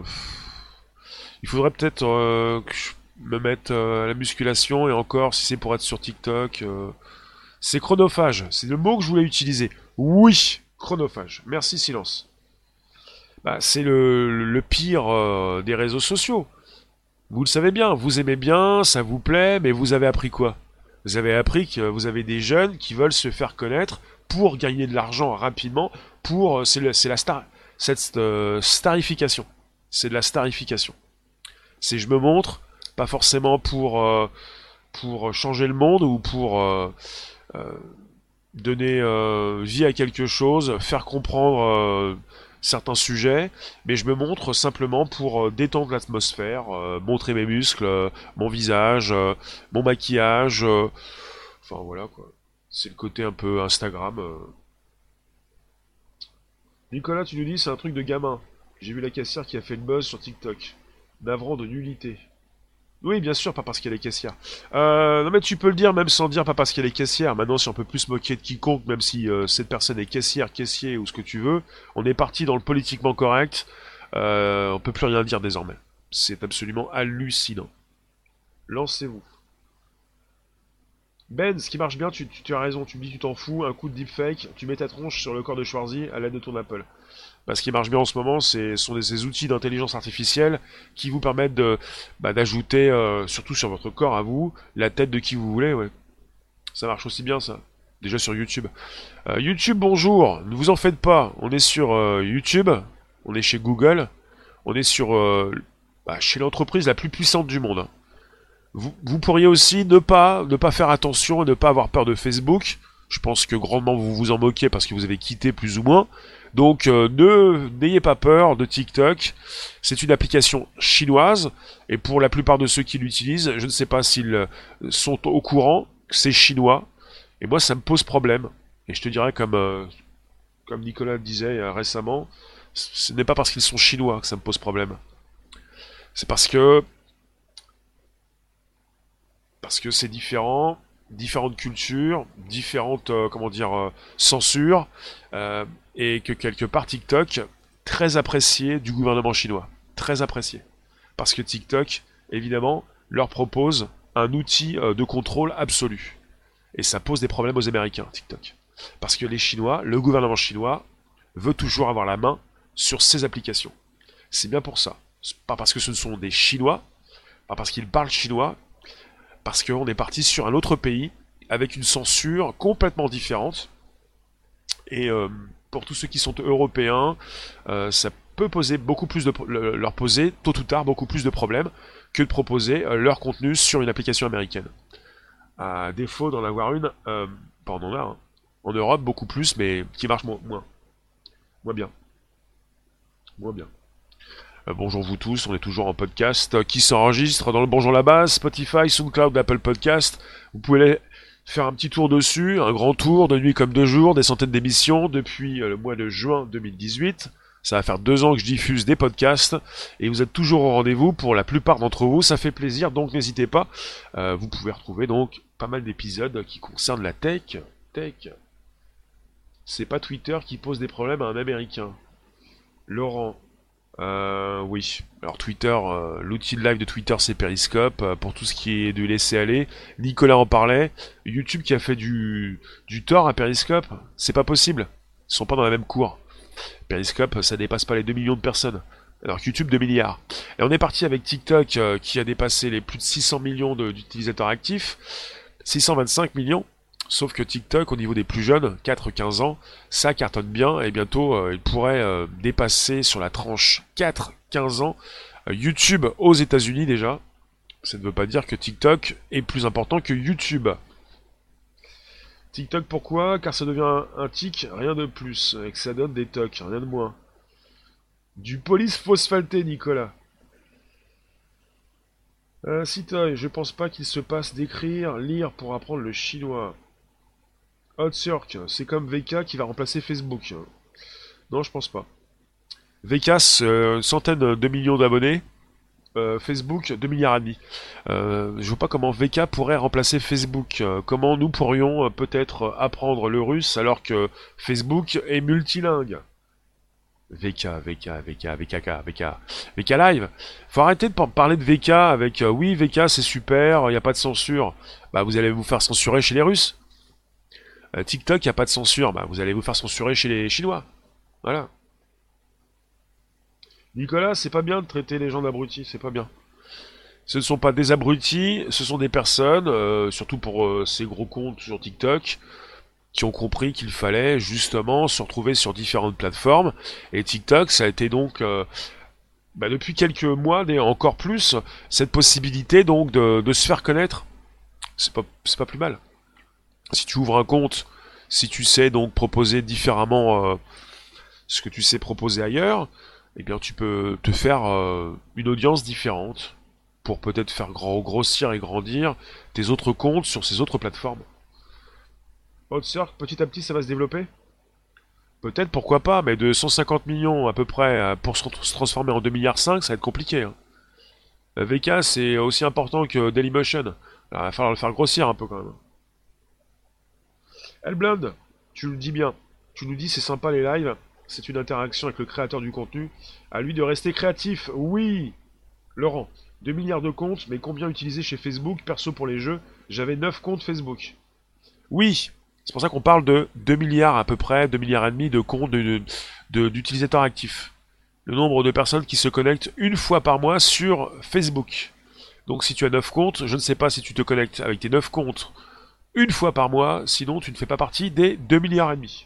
il faudrait peut-être euh, que je me mette euh, à la musculation et encore, si c'est pour être sur TikTok, euh, c'est chronophage. C'est le mot que je voulais utiliser. Oui, chronophage. Merci, silence. Bah, c'est le, le pire euh, des réseaux sociaux. Vous le savez bien, vous aimez bien, ça vous plaît, mais vous avez appris quoi? Vous avez appris que vous avez des jeunes qui veulent se faire connaître pour gagner de l'argent rapidement, pour... C'est le- c'est la star... Cette euh, starification. C'est de la starification. C'est je me montre, pas forcément pour, euh, pour changer le monde ou pour euh, euh, donner euh, vie à quelque chose, faire comprendre euh, certains sujets, mais je me montre simplement pour euh, détendre l'atmosphère, euh, montrer mes muscles, euh, mon visage, euh, mon maquillage, euh, enfin voilà quoi. C'est le côté un peu Instagram. euh. Nicolas, tu nous dis c'est un truc de gamin. J'ai vu la caissière qui a fait le buzz sur TikTok. Navrant de nullité. Oui, bien sûr, pas parce qu'elle est caissière. Euh, non mais tu peux le dire même sans dire pas parce qu'elle est caissière. Maintenant, si on peut plus se moquer de quiconque, même si euh, cette personne est caissière, caissier ou ce que tu veux, on est parti dans le politiquement correct. Euh, on peut plus rien dire désormais. C'est absolument hallucinant. Lancez-vous. Ben, ce qui marche bien, tu, tu, tu as raison, tu me dis tu t'en fous, un coup de deepfake, tu mets ta tronche sur le corps de Schwarzy à l'aide de ton Apple. Bah, ce qui marche bien en ce moment, c'est sont des, ces outils d'intelligence artificielle qui vous permettent de bah, d'ajouter, euh, surtout sur votre corps à vous, la tête de qui vous voulez, ouais. Ça marche aussi bien ça. Déjà sur YouTube. Euh, YouTube, bonjour, ne vous en faites pas, on est sur euh, YouTube, on est chez Google, on est sur euh, bah, chez l'entreprise la plus puissante du monde. Vous, vous pourriez aussi ne pas, ne pas faire attention et ne pas avoir peur de Facebook. Je pense que grandement vous vous en moquez parce que vous avez quitté plus ou moins. Donc euh, ne n'ayez pas peur de TikTok. C'est une application chinoise et pour la plupart de ceux qui l'utilisent, je ne sais pas s'ils sont au courant que c'est chinois. Et moi ça me pose problème. Et je te dirais comme, euh, comme Nicolas le disait euh, récemment, ce n'est pas parce qu'ils sont chinois que ça me pose problème. C'est parce que parce que c'est différent, différentes cultures, différentes, euh, comment dire, euh, censures, euh, et que quelque part TikTok, très apprécié du gouvernement chinois, très apprécié. Parce que TikTok, évidemment, leur propose un outil euh, de contrôle absolu. Et ça pose des problèmes aux Américains, TikTok. Parce que les Chinois, le gouvernement chinois, veut toujours avoir la main sur ces applications. C'est bien pour ça. C'est pas parce que ce sont des Chinois, pas parce qu'ils parlent chinois, parce qu'on est parti sur un autre pays avec une censure complètement différente. Et euh, pour tous ceux qui sont européens, euh, ça peut poser beaucoup plus de leur poser tôt ou tard beaucoup plus de problèmes que de proposer euh, leur contenu sur une application américaine. À défaut d'en avoir une, euh, pas en en a, hein, en Europe beaucoup plus, mais qui marche moins, moins, moins bien, moins bien. Euh, bonjour vous tous, on est toujours en podcast euh, qui s'enregistre dans le Bonjour la base, Spotify, SoundCloud, Apple Podcast. Vous pouvez aller faire un petit tour dessus, un grand tour de nuit comme de jour, des centaines d'émissions depuis euh, le mois de juin deux mille dix-huit. Ça va faire deux ans que je diffuse des podcasts et vous êtes toujours au rendez-vous pour la plupart d'entre vous. Ça fait plaisir, donc n'hésitez pas. Euh, vous pouvez retrouver donc pas mal d'épisodes qui concernent la tech. Tech. C'est pas Twitter qui pose des problèmes à un Américain. Laurent. Euh, oui. Alors Twitter, euh, l'outil de live de Twitter c'est Periscope, euh, pour tout ce qui est du laisser aller. Nicolas en parlait. YouTube qui a fait du, du tort à Periscope, c'est pas possible. Ils sont pas dans la même cour. Periscope, ça dépasse pas les deux millions de personnes. Alors que YouTube, deux milliards. Et on est parti avec TikTok euh, qui a dépassé les plus de six cents millions de- d'utilisateurs actifs. six cent vingt-cinq millions. Sauf que TikTok, au niveau des plus jeunes, quatre à quinze ans, ça cartonne bien et bientôt euh, il pourrait euh, dépasser sur la tranche quatre à quinze ans euh, YouTube aux États-Unis déjà. Ça ne veut pas dire que TikTok est plus important que YouTube. TikTok pourquoi? Car ça devient un, un tic, rien de plus, et que ça donne des tocs, rien de moins. Du police phosphalté, Nicolas. Euh, Citoy, je pense pas qu'il se passe d'écrire, lire pour apprendre le chinois. Outsurk, c'est comme V K qui va remplacer Facebook. Non, je pense pas. V K, c'est euh, une centaine de millions d'abonnés. Euh, Facebook, deux milliards et demi. Euh, je vois pas comment V K pourrait remplacer Facebook. Euh, comment nous pourrions euh, peut-être euh, apprendre le russe alors que Facebook est multilingue. V K, V K, V K, V K K, V K, V K Live. Faut arrêter de par- parler de V K avec euh, oui, V K c'est super, il n'y a pas de censure. Bah vous allez vous faire censurer chez les Russes. Euh, TikTok, il n'y a pas de censure, bah vous allez vous faire censurer chez les Chinois. Voilà. Nicolas, c'est pas bien de traiter les gens d'abrutis, c'est pas bien. Ce ne sont pas des abrutis, ce sont des personnes, euh, surtout pour euh, ces gros comptes sur TikTok, qui ont compris qu'il fallait justement se retrouver sur différentes plateformes. Et TikTok, ça a été donc euh, bah, depuis quelques mois, et encore plus, cette possibilité donc de, de se faire connaître, c'est pas, c'est pas plus mal. Si tu ouvres un compte, si tu sais donc proposer différemment euh, ce que tu sais proposer ailleurs, eh bien tu peux te faire euh, une audience différente pour peut-être faire gros, grossir et grandir tes autres comptes sur ces autres plateformes. Outsurk, petit à petit, ça va se développer? Peut-être, pourquoi pas, mais de cent cinquante millions à peu près euh, pour se se transformer en deux virgule cinq milliards, ça va être compliqué, hein. Euh, V K, c'est aussi important que Dailymotion. Alors, il va falloir le faire grossir un peu quand même. Hellblend, tu le dis bien. Tu nous dis c'est sympa les lives, c'est une interaction avec le créateur du contenu. À lui de rester créatif, oui. Laurent, deux milliards de comptes, mais combien utilisés chez Facebook? Perso pour les jeux, j'avais neuf comptes Facebook. Oui, c'est pour ça qu'on parle de deux milliards à peu près, deux milliards et demi de comptes de- de- d'utilisateurs actifs. Le nombre de personnes qui se connectent une fois par mois sur Facebook. Donc si tu as neuf comptes, je ne sais pas si tu te connectes avec tes neuf comptes une fois par mois, sinon tu ne fais pas partie des deux milliards et demi.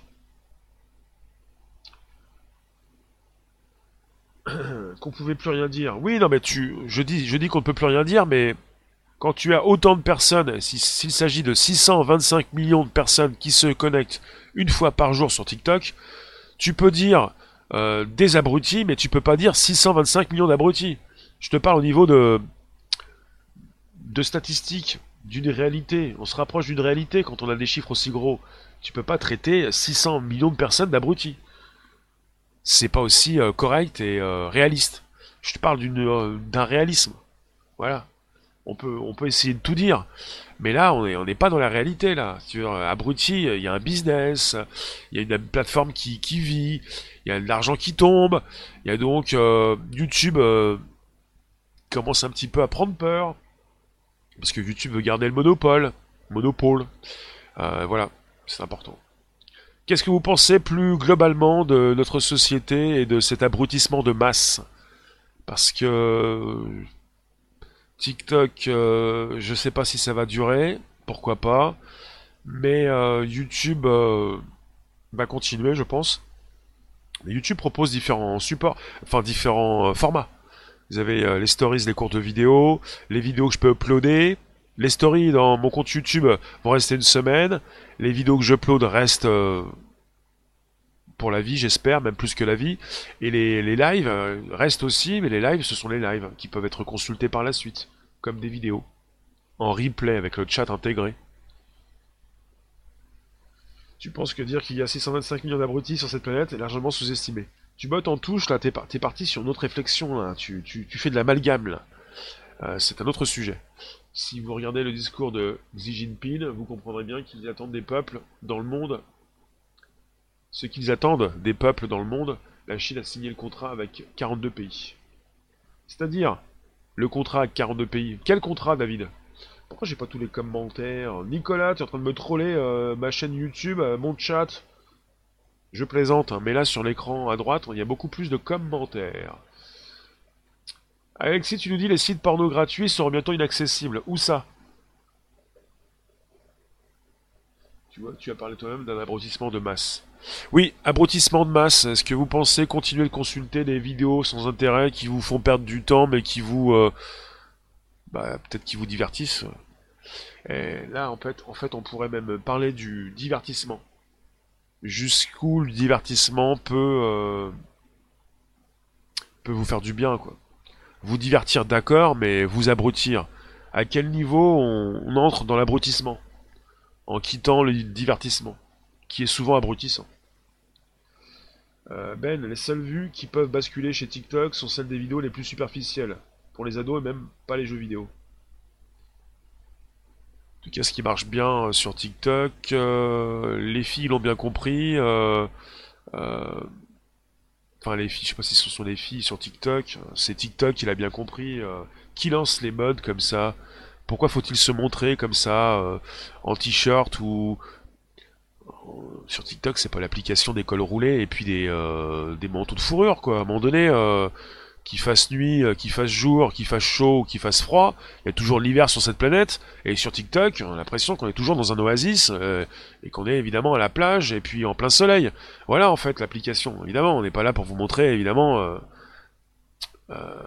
Qu'on pouvait plus rien dire. Oui, non mais tu je dis je dis qu'on ne peut plus rien dire, mais quand tu as autant de personnes, si- s'il s'agit de six cent vingt-cinq millions de personnes qui se connectent une fois par jour sur TikTok, tu peux dire euh, des abrutis, mais tu peux pas dire six cent vingt-cinq millions d'abrutis. Je te parle au niveau de, de statistiques, d'une réalité. On se rapproche d'une réalité quand on a des chiffres aussi gros. Tu peux pas traiter six cents millions de personnes d'abrutis. C'est pas aussi euh, correct et euh, réaliste. Je te parle d'une, euh, d'un réalisme. Voilà. On peut, on peut essayer de tout dire. Mais là, on est, on n'est pas dans la réalité, là. Si tu veux, abruti, il y a un business, il y a une plateforme qui, qui vit, il y a de l'argent qui tombe, il y a donc euh, YouTube euh, commence un petit peu à prendre peur, parce que YouTube veut garder le monopole. Monopole. Euh, voilà, c'est important. Qu'est-ce que vous pensez plus globalement de notre société et de cet abrutissement de masse? Parce que TikTok, euh, je sais pas si ça va durer, pourquoi pas, mais euh, YouTube euh, va continuer, je pense. Mais YouTube propose différents supports, enfin différents euh, formats. Vous avez euh, les stories, les courtes vidéos, les vidéos que je peux uploader. Les stories dans mon compte YouTube vont rester une semaine. Les vidéos que j'upload restent euh, pour la vie, j'espère, même plus que la vie. Et les, les lives euh, restent aussi, mais les lives, ce sont les lives qui peuvent être consultés par la suite, comme des vidéos, en replay avec le chat intégré. Tu penses que dire qu'il y a six cent vingt-cinq millions d'abrutis sur cette planète est largement sous-estimé. Tu bottes en touche, là, t'es par- t'es parti sur une autre réflexion, là. Tu, tu, tu fais de l'amalgame, là. Euh, c'est un autre sujet. Si vous regardez le discours de Xi Jinping, vous comprendrez bien qu'ils attendent des peuples dans le monde. Ce qu'ils attendent des peuples dans le monde, la Chine a signé le contrat avec quarante-deux pays. C'est-à-dire, le contrat avec quarante-deux pays. Quel contrat, David? Pourquoi j'ai pas tous les commentaires? Nicolas, tu es en train de me troller euh, ma chaîne YouTube, euh, mon chat. Je plaisante, hein, mais là sur l'écran à droite, il y a beaucoup plus de commentaires. Alexis, tu nous dis les sites porno gratuits seront bientôt inaccessibles. Où ça? Tu vois, tu as parlé toi-même d'un abrutissement de masse. Oui, abrutissement de masse. Est-ce que vous pensez continuer de consulter des vidéos sans intérêt qui vous font perdre du temps, mais qui vous, euh, bah, peut-être qui vous divertissent? Et là, en fait, en fait, on pourrait même parler du divertissement. Jusqu'où le divertissement peut, euh, peut vous faire du bien, quoi. Vous divertir, d'accord, mais vous abrutir. À quel niveau on, on entre dans l'abrutissement? En quittant le divertissement, qui est souvent abrutissant. Euh, ben, les seules vues qui peuvent basculer chez TikTok sont celles des vidéos les plus superficielles, pour les ados et même pas les jeux vidéo. En tout cas, ce qui marche bien euh, sur TikTok, euh, les filles l'ont bien compris. euh, euh, Enfin, les filles, je sais pas si ce sont les filles sur TikTok. C'est TikTok qui l'a bien compris. euh, qui lance les modes comme ça? Pourquoi faut-il se montrer comme ça, euh, en t-shirt ou sur TikTok? C'est pas l'application des cols roulés et puis des, euh, des manteaux de fourrure, quoi. À un moment donné, euh, qu'il fasse nuit, euh, qu'il fasse jour, qu'il fasse chaud, qu'il fasse froid, il y a toujours l'hiver sur cette planète. Et sur TikTok, on a l'impression qu'on est toujours dans un oasis euh, et qu'on est évidemment à la plage et puis en plein soleil. Voilà en fait l'application. Évidemment, on n'est pas là pour vous montrer évidemment euh, Euh,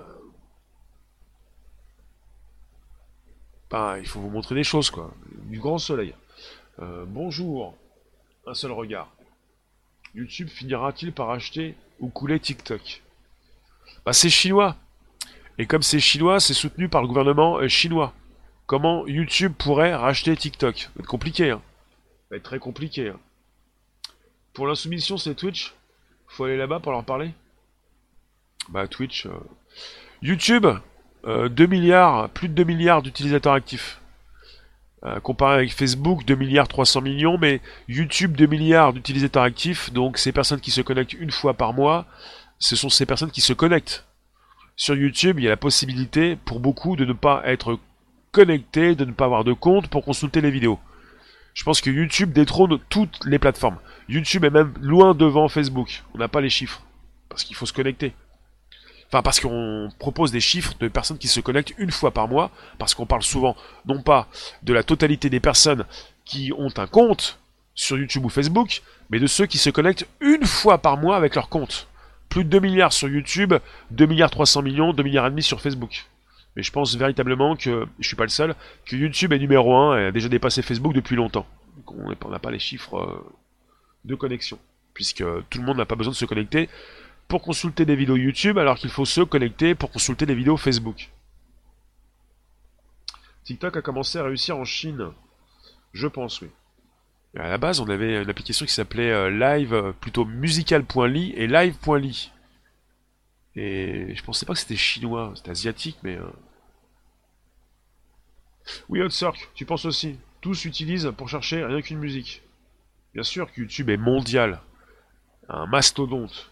ben, il faut vous montrer des choses, quoi. Du grand soleil. Euh, bonjour, un seul regard. YouTube finira-t-il par acheter ou couler TikTok? Bah, c'est chinois. Et comme c'est chinois, c'est soutenu par le gouvernement euh, chinois. Comment YouTube pourrait racheter TikTok? Ça va être compliqué, hein. Ça va être très compliqué, hein. Pour l'insoumission, c'est Twitch. Faut aller là-bas pour leur parler. Bah, Twitch. euh, YouTube, euh, deux milliards, plus de deux milliards d'utilisateurs actifs. Euh, comparé avec Facebook, deux milliards trois cents millions, mais YouTube, deux milliards d'utilisateurs actifs, donc ces personnes qui se connectent une fois par mois, ce sont ces personnes qui se connectent. Sur YouTube, il y a la possibilité pour beaucoup de ne pas être connectés, de ne pas avoir de compte pour consulter les vidéos. Je pense que YouTube détrône toutes les plateformes. YouTube est même loin devant Facebook. On n'a pas les chiffres, parce qu'il faut se connecter. Enfin, parce qu'on propose des chiffres de personnes qui se connectent une fois par mois, parce qu'on parle souvent, non pas de la totalité des personnes qui ont un compte sur YouTube ou Facebook, mais de ceux qui se connectent une fois par mois avec leur compte. Plus de deux milliards sur YouTube, deux milliards trois cents millions, deux milliards et demi sur Facebook. Mais je pense véritablement que, je suis pas le seul, que YouTube est numéro un et a déjà dépassé Facebook depuis longtemps. Donc on n'a pas les chiffres euh, de connexion, puisque tout le monde n'a pas besoin de se connecter pour consulter des vidéos YouTube, alors qu'il faut se connecter pour consulter des vidéos Facebook. TikTok a commencé à réussir en Chine. Je pense, oui. Et à la base, on avait une application qui s'appelait euh, Live, euh, plutôt musical.ly et live.ly. Et je pensais pas que c'était chinois, c'était asiatique, mais... Euh... Oui, Hotsurk, tu penses aussi. Tous utilisent pour chercher rien qu'une musique. Bien sûr que YouTube est mondial. Un mastodonte.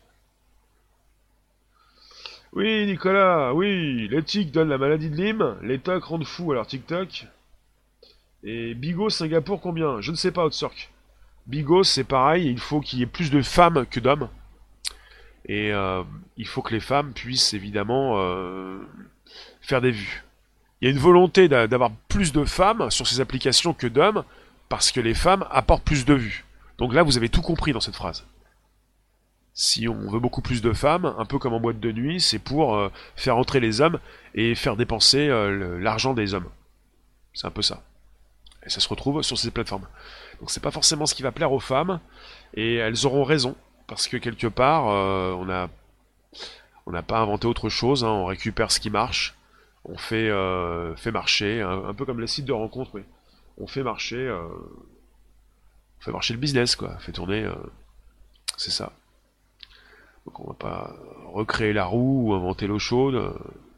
Oui, Nicolas, oui, les tics donnent la maladie de Lyme, les tocs rendent fou, alors TikTok. Et Bigo, Singapour, combien? Je ne sais pas, Hotsurk. Bigo, c'est pareil, il faut qu'il y ait plus de femmes que d'hommes. Et euh, il faut que les femmes puissent évidemment euh, faire des vues. Il y a une volonté d'avoir plus de femmes sur ces applications que d'hommes, parce que les femmes apportent plus de vues. Donc là, vous avez tout compris dans cette phrase. Si on veut beaucoup plus de femmes, un peu comme en boîte de nuit, c'est pour euh, faire entrer les hommes et faire dépenser euh, l'argent des hommes. C'est un peu ça. Et ça se retrouve sur ces plateformes. Donc c'est pas forcément ce qui va plaire aux femmes, et elles auront raison, parce que quelque part, euh, on a on n'a pas inventé autre chose, hein, on récupère ce qui marche, on fait, euh, fait marcher, un, un peu comme les sites de rencontres, oui. On fait marcher, euh, on fait marcher le business, quoi, on fait tourner, euh, c'est ça. Donc on va pas recréer la roue ou inventer l'eau chaude.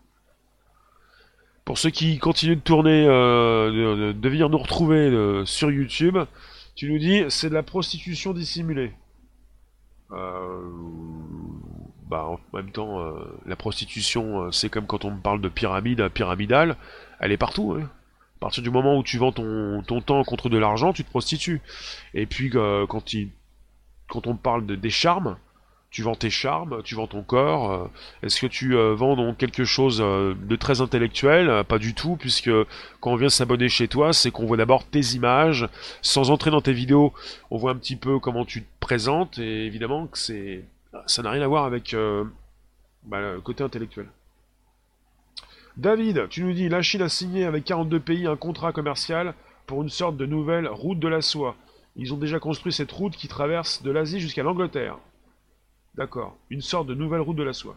Pour ceux qui continuent de tourner, euh, de, de, de venir nous retrouver euh, sur YouTube, tu nous dis c'est de la prostitution dissimulée. Euh, bah en même temps, euh, la prostitution, euh, c'est comme quand on parle de pyramide pyramidale, elle est partout. Hein. À partir du moment où tu vends ton, ton temps contre de l'argent, tu te prostitues. Et puis euh, quand, il, quand on parle de, des charmes, tu vends tes charmes, tu vends ton corps. euh, Est-ce que tu euh, vends donc quelque chose euh, de très intellectuel? Euh, Pas du tout, puisque quand on vient s'abonner chez toi, c'est qu'on voit d'abord tes images. Sans entrer dans tes vidéos, on voit un petit peu comment tu te présentes, et évidemment que c'est, ça n'a rien à voir avec euh, bah, le côté intellectuel. David, tu nous dis, la Chine a signé avec quarante-deux pays un contrat commercial pour une sorte de nouvelle route de la soie. Ils ont déjà construit cette route qui traverse de l'Asie jusqu'à l'Angleterre. D'accord, une sorte de nouvelle route de la soie.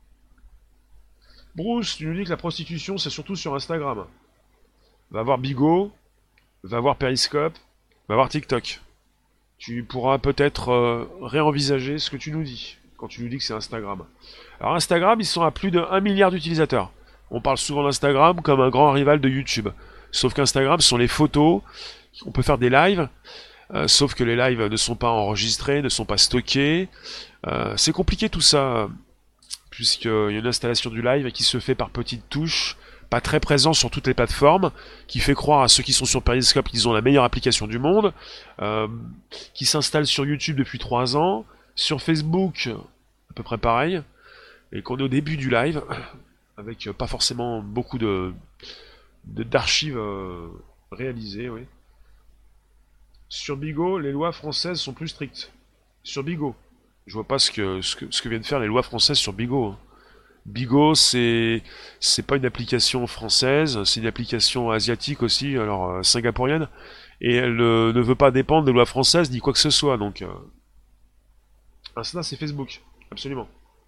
Bruce, tu nous dis que la prostitution, c'est surtout sur Instagram. Va voir Bigo, va voir Periscope, va voir TikTok. Tu pourras peut-être euh, réenvisager ce que tu nous dis, quand tu nous dis que c'est Instagram. Alors Instagram, ils sont à plus de un milliard d'utilisateurs. On parle souvent d'Instagram comme un grand rival de YouTube. Sauf qu'Instagram, ce sont les photos, on peut faire des lives, euh, sauf que les lives ne sont pas enregistrés, ne sont pas stockés. Euh, c'est compliqué tout ça, puisqu'il y a une installation du live qui se fait par petites touches, pas très présent sur toutes les plateformes, qui fait croire à ceux qui sont sur Periscope qu'ils ont la meilleure application du monde, euh, qui s'installe sur YouTube depuis trois ans, sur Facebook, à peu près pareil, et qu'on est au début du live, avec pas forcément beaucoup de d'archives euh, réalisées, oui. Sur Bigo, les lois françaises sont plus strictes. Sur Bigo. Je vois pas ce que, ce que, ce que viennent faire les lois françaises sur Bigo. Hein. Bigo, c'est c'est pas une application française, c'est une application asiatique aussi, alors euh, singapourienne, et elle euh, ne veut pas dépendre des lois françaises ni quoi que ce soit. Donc, euh, Insta, c'est Facebook, absolument.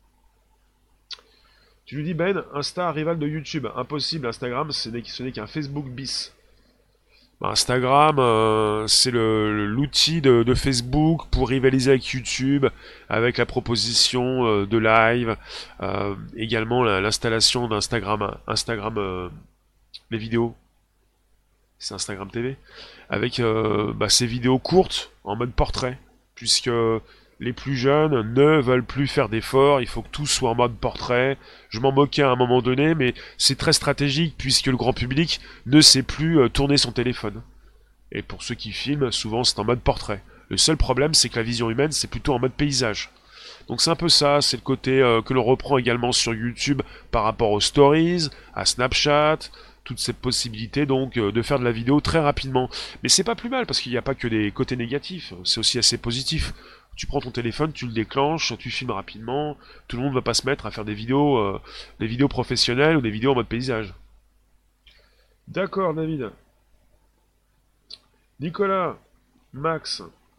Tu lui dis Ben, Insta rival de YouTube, impossible. Instagram, ce n'est ce n'est qu'un Facebook bis. Bah, Instagram, euh, c'est le- l'outil de, de Facebook pour rivaliser avec YouTube, avec la proposition euh, de live, euh, également la- l'installation d'Instagram, Instagram, euh, les vidéos, c'est Instagram T V, avec euh, bah, ces vidéos courtes en mode portrait, puisque les plus jeunes ne veulent plus faire d'efforts, il faut que tout soit en mode portrait. Je m'en moquais à un moment donné, mais c'est très stratégique puisque le grand public ne sait plus euh, tourner son téléphone. Et pour ceux qui filment, souvent c'est en mode portrait. Le seul problème, c'est que la vision humaine, c'est plutôt en mode paysage. Donc c'est un peu ça, c'est le côté euh, que l'on reprend également sur YouTube par rapport aux stories, à Snapchat, toutes ces possibilités donc euh, de faire de la vidéo très rapidement. Mais c'est pas plus mal parce qu'il n'y a pas que des côtés négatifs, c'est aussi assez positif. Tu prends ton téléphone, tu le déclenches, tu filmes rapidement, tout le monde ne va pas se mettre à faire des vidéos, euh, des vidéos professionnelles ou des vidéos en mode paysage. D'accord, David. Nicolas, Max,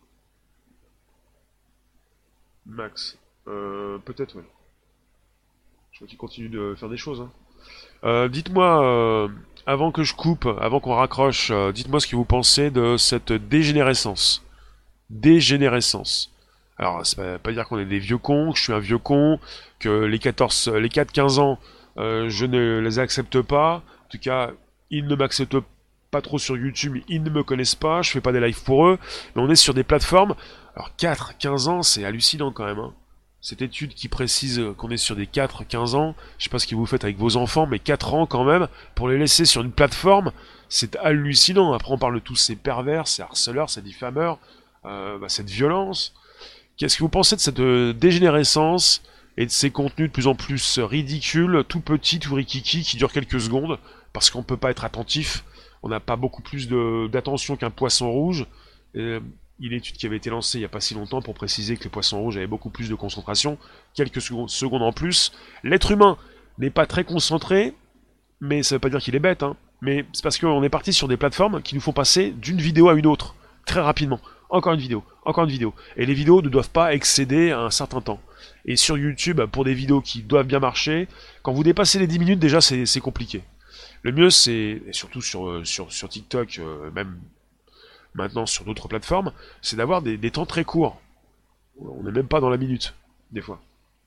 Max, euh, peut-être, ouais. Je vois qu'il continue de faire des choses, hein. Euh, dites-moi, euh, avant que je coupe, avant qu'on raccroche, euh, dites-moi ce que vous pensez de cette dégénérescence. Dégénérescence. Alors, ça veut pas dire qu'on est des vieux cons, que je suis un vieux con, que les quatorze, les quatre quinze ans, euh, je ne les accepte pas. En tout cas, ils ne m'acceptent pas trop sur YouTube, ils ne me connaissent pas, je fais pas des lives pour eux, mais on est sur des plateformes. Alors, quatre quinze ans, c'est hallucinant quand même, hein. Cette étude qui précise qu'on est sur des quatre quinze ans, je sais pas ce que vous faites avec vos enfants, mais quatre ans quand même, pour les laisser sur une plateforme, c'est hallucinant. Après, on parle de tous ces pervers, ces harceleurs, ces diffameurs, euh, bah, cette violence. Qu'est-ce que vous pensez de cette euh, dégénérescence et de ces contenus de plus en plus ridicules, tout petits, tout rikiki, qui durent quelques secondes, parce qu'on peut pas être attentif, on n'a pas beaucoup plus de- d'attention qu'un poisson rouge. Euh, il y a une étude qui avait été lancée il n'y a pas si longtemps pour préciser que les poissons rouges avaient beaucoup plus de concentration, quelques secondes, secondes en plus. L'être humain n'est pas très concentré, mais ça veut pas dire qu'il est bête, hein. Mais c'est parce qu'on est parti sur des plateformes qui nous font passer d'une vidéo à une autre, très rapidement. Encore une vidéo, encore une vidéo. Et les vidéos ne doivent pas excéder un certain temps. Et sur YouTube, pour des vidéos qui doivent bien marcher, quand vous dépassez les dix minutes, déjà, c'est c'est compliqué. Le mieux, c'est, et surtout sur, euh, sur, sur TikTok, euh, même maintenant sur d'autres plateformes, c'est d'avoir des, des temps très courts. On n'est même pas dans la minute, des fois.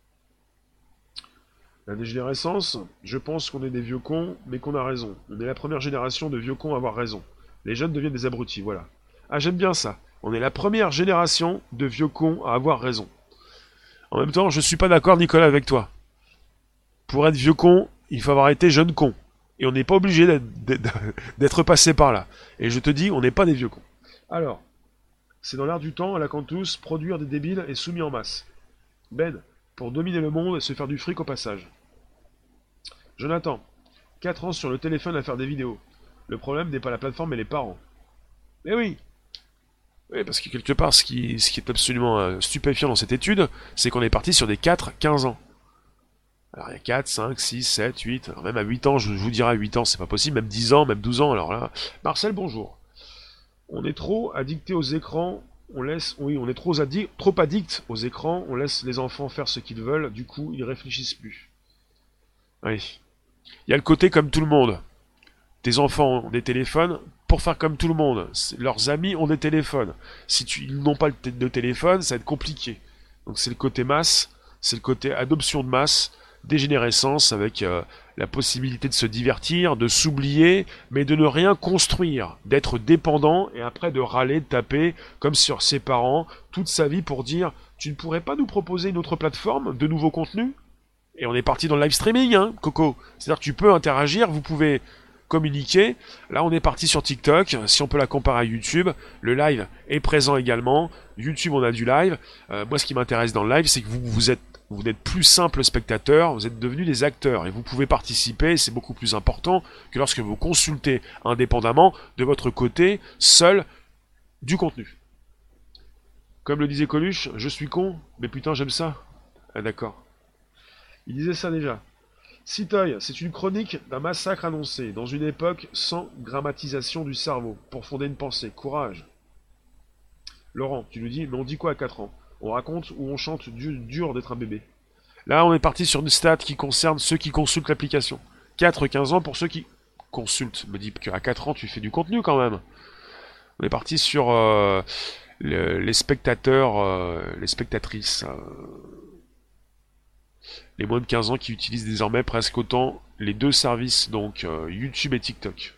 La dégénérescence, je pense qu'on est des vieux cons, mais qu'on a raison. On est la première génération de vieux cons à avoir raison. Les jeunes deviennent des abrutis, voilà. Ah, j'aime bien ça. On est la première génération de vieux cons à avoir raison. En même temps, je suis pas d'accord, Nicolas, avec toi. Pour être vieux con, il faut avoir été jeune con. Et on n'est pas obligé d'être d'être passé par là. Et je te dis, on n'est pas des vieux cons. Alors, c'est dans l'air du temps, à la Cantus, produire des débiles et soumis en masse. Ben, pour dominer le monde et se faire du fric au passage. Jonathan, quatre ans sur le téléphone à faire des vidéos. Le problème n'est pas la plateforme mais les parents. Mais oui. Oui, parce que quelque part, ce qui, ce qui est absolument euh, stupéfiant dans cette étude, c'est qu'on est parti sur des quatre quinze ans. Alors il y a quatre, cinq, six, sept, huit, alors même à huit ans, je vous dirais à huit ans, c'est pas possible, même dix ans, même douze ans, alors là... Marcel, bonjour. On est trop addicté aux écrans, on laisse... Oui, on est trop, addi... trop addict aux écrans, on laisse les enfants faire ce qu'ils veulent, du coup, ils réfléchissent plus. Oui. Il y a le côté comme tout le monde. Tes enfants ont des téléphones pour faire comme tout le monde. Leurs amis ont des téléphones. Si tu, ils n'ont pas de téléphone, ça va être compliqué. Donc c'est le côté masse, c'est le côté adoption de masse, dégénérescence avec euh, la possibilité de se divertir, de s'oublier, mais de ne rien construire, d'être dépendant et après de râler, de taper comme sur ses parents toute sa vie pour dire tu ne pourrais pas nous proposer une autre plateforme de nouveaux contenus? Et on est parti dans le live streaming, hein, Coco. C'est-à-dire que tu peux interagir, vous pouvez communiquer. Là, on est parti sur TikTok. Si on peut la comparer à YouTube, le live est présent également. YouTube, on a du live. Euh, moi, ce qui m'intéresse dans le live, c'est que vous, vous êtes vous n'êtes plus simple spectateur, vous êtes devenus des acteurs et vous pouvez participer, c'est beaucoup plus important que lorsque vous consultez indépendamment de votre côté, seul, du contenu. Comme le disait Coluche, je suis con, mais putain j'aime ça. Ah d'accord. Il disait ça déjà. Citoy, c'est une chronique d'un massacre annoncé, dans une époque sans grammatisation du cerveau, pour fonder une pensée. Courage. Laurent, tu nous dis, mais on dit quoi à quatre ans? On raconte ou on chante du, dur d'être un bébé. Là, on est parti sur une stat qui concerne ceux qui consultent l'application. quatre à quinze ans pour ceux qui consultent. Me dis qu'à quatre ans, tu fais du contenu quand même. On est parti sur euh, le, les spectateurs, euh, les spectatrices. Euh, les moins de quinze ans qui utilisent désormais presque autant les deux services, donc euh, YouTube et TikTok.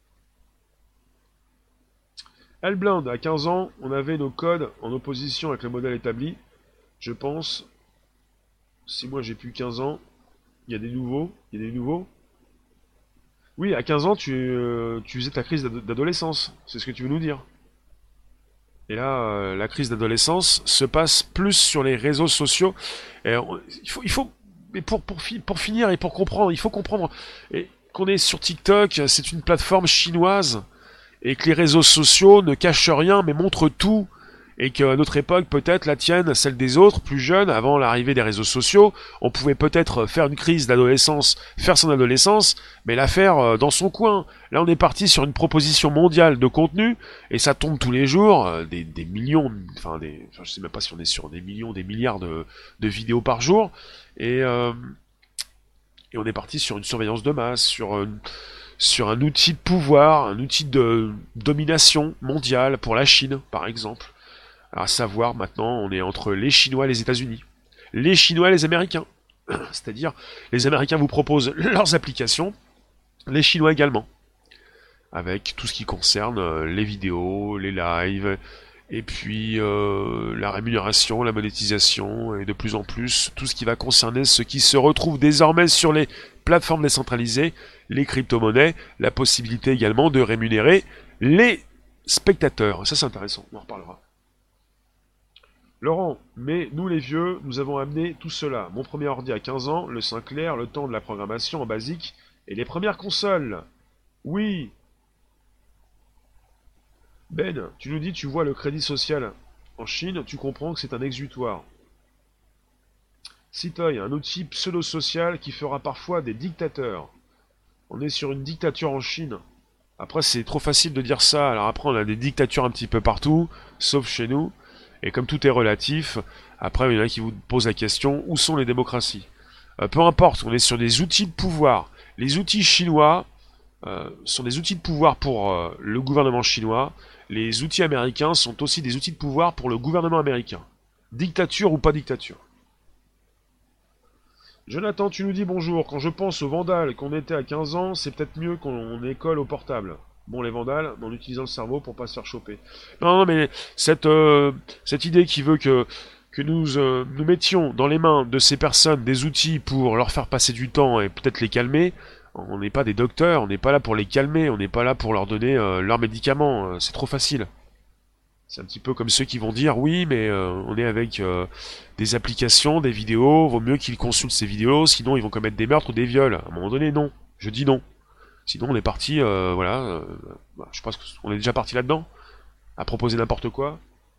Hellblind, à quinze ans, on avait nos codes en opposition avec le modèle établi. Je pense, si moi j'ai plus quinze ans, il y a des nouveaux, il y a des nouveaux. Oui, à quinze ans, tu, euh, tu faisais ta crise d'adolescence, c'est ce que tu veux nous dire. Et là, euh, la crise d'adolescence se passe plus sur les réseaux sociaux. Et on, il faut, il faut, mais pour, pour, fi pour finir et pour comprendre, il faut comprendre qu'on est sur TikTok, c'est une plateforme chinoise, et que les réseaux sociaux ne cachent rien, mais montrent tout. Et qu'à notre époque, peut-être la tienne, celle des autres, plus jeunes, avant l'arrivée des réseaux sociaux, on pouvait peut-être faire une crise d'adolescence, faire son adolescence, mais la faire dans son coin. Là, on est parti sur une proposition mondiale de contenu, et ça tombe tous les jours, des, des millions, enfin, des, enfin, je sais même pas si on est sur des millions, des milliards de, de vidéos par jour, et, euh, et on est parti sur une surveillance de masse, sur une, sur un outil de pouvoir, un outil de domination mondiale pour la Chine, par exemple. À savoir, maintenant, on est entre les Chinois et les États-Unis. Les Chinois et les Américains. C'est-à-dire, les Américains vous proposent leurs applications, les Chinois également. Avec tout ce qui concerne les vidéos, les lives, et puis euh, la rémunération, la monétisation, et de plus en plus, tout ce qui va concerner ce qui se retrouve désormais sur les plateformes décentralisées, les crypto-monnaies, la possibilité également de rémunérer les spectateurs. Ça, c'est intéressant, on en reparlera. Laurent, mais nous les vieux, nous avons amené tout cela. Mon premier ordi à quinze ans, le Sinclair, le temps de la programmation en basique, et les premières consoles. Oui. Ben, tu nous dis, tu vois le crédit social en Chine, tu comprends que c'est un exutoire. Citoy, un outil pseudo-social qui fera parfois des dictateurs. On est sur une dictature en Chine. Après, c'est trop facile de dire ça. Alors après, on a des dictatures un petit peu partout, sauf chez nous. Et comme tout est relatif, après il y en a qui vous posent la question, où sont les démocraties? euh, Peu importe, on est sur des outils de pouvoir. Les outils chinois euh, sont des outils de pouvoir pour euh, le gouvernement chinois. Les outils américains sont aussi des outils de pouvoir pour le gouvernement américain. Dictature ou pas dictature. Jonathan, tu nous dis bonjour. Quand je pense aux vandales qu'on était à quinze ans, c'est peut-être mieux qu'on école au portable. Bon, les vandales, en utilisant le cerveau pour pas se faire choper. Non, non, mais cette, euh, cette idée qui veut que, que nous euh, nous mettions dans les mains de ces personnes des outils pour leur faire passer du temps et peut-être les calmer, on n'est pas des docteurs, on n'est pas là pour les calmer, on n'est pas là pour leur donner euh, leurs médicaments, euh, c'est trop facile. C'est un petit peu comme ceux qui vont dire, oui, mais euh, on est avec euh, des applications, des vidéos, vaut mieux qu'ils consultent ces vidéos, sinon ils vont commettre des meurtres ou des viols. À un moment donné, non. Je dis non. Sinon, on est parti, euh, voilà, euh, bah, je pense qu'on est déjà parti là-dedans, à proposer n'importe quoi.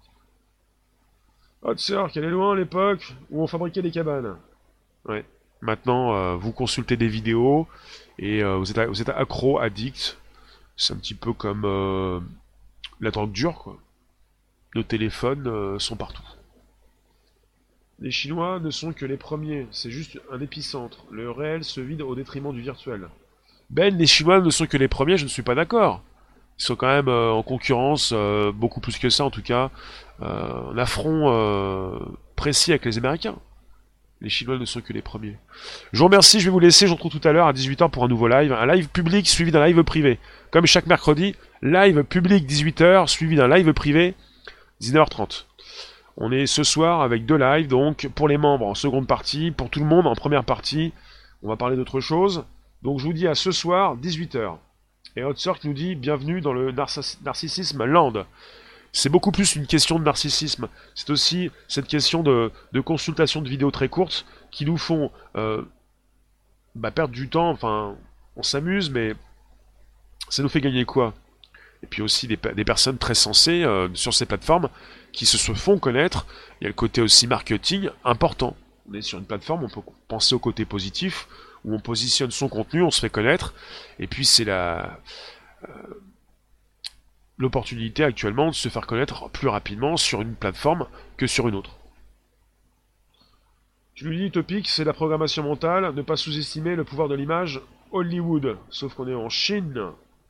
Haute sœur, qu'elle est loin l'époque où on fabriquait des cabanes. Ouais. Maintenant, euh, vous consultez des vidéos et euh, vous, êtes, vous êtes accro, addict. C'est un petit peu comme euh, la drogue dure, quoi. Nos téléphones euh, sont partout. Les Chinois ne sont que les premiers, c'est juste un épicentre. Le réel se vide au détriment du virtuel. Ben, les Chinois ne sont que les premiers, je ne suis pas d'accord. Ils sont quand même euh, en concurrence, euh, beaucoup plus que ça en tout cas, euh, un affront euh, précis avec les Américains. Les Chinois ne sont que les premiers. Je vous remercie, je vais vous laisser, je vous retrouve tout à l'heure à dix-huit heures pour un nouveau live. Un live public suivi d'un live privé. Comme chaque mercredi, live public dix-huit heures suivi d'un live privé dix-neuf heures trente. On est ce soir avec deux lives, donc pour les membres en seconde partie, pour tout le monde en première partie. On va parler d'autre chose. Donc je vous dis à ce soir, dix-huit heures. Et Hot Sort nous dit, bienvenue dans le narciss narcissisme land. C'est beaucoup plus une question de narcissisme. C'est aussi cette question de, de consultation de vidéos très courtes qui nous font euh, bah, perdre du temps. Enfin, on s'amuse, mais ça nous fait gagner quoi? Et puis aussi des, des personnes très sensées euh, sur ces plateformes qui se, se font connaître. Il y a le côté aussi marketing important. On est sur une plateforme, on peut penser au côté positif, où on positionne son contenu, on se fait connaître, et puis c'est la euh, l'opportunité actuellement de se faire connaître plus rapidement sur une plateforme que sur une autre. Tu lui dis topic, c'est la programmation mentale, ne pas sous-estimer le pouvoir de l'image Hollywood, sauf qu'on est en Chine.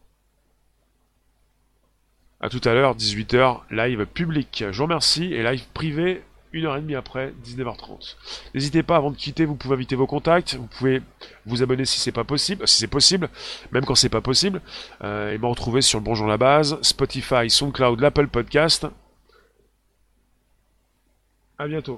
A tout à l'heure, dix-huit heures, live public. Je vous remercie, et live privé, une heure trente après, dix-neuf heures trente. N'hésitez pas, avant de quitter, vous pouvez inviter vos contacts, vous pouvez vous abonner si c'est pas possible, si c'est possible, même quand c'est pas possible, euh, et me retrouver sur le Bonjour la Base, Spotify, SoundCloud, l'Apple Podcast. À bientôt.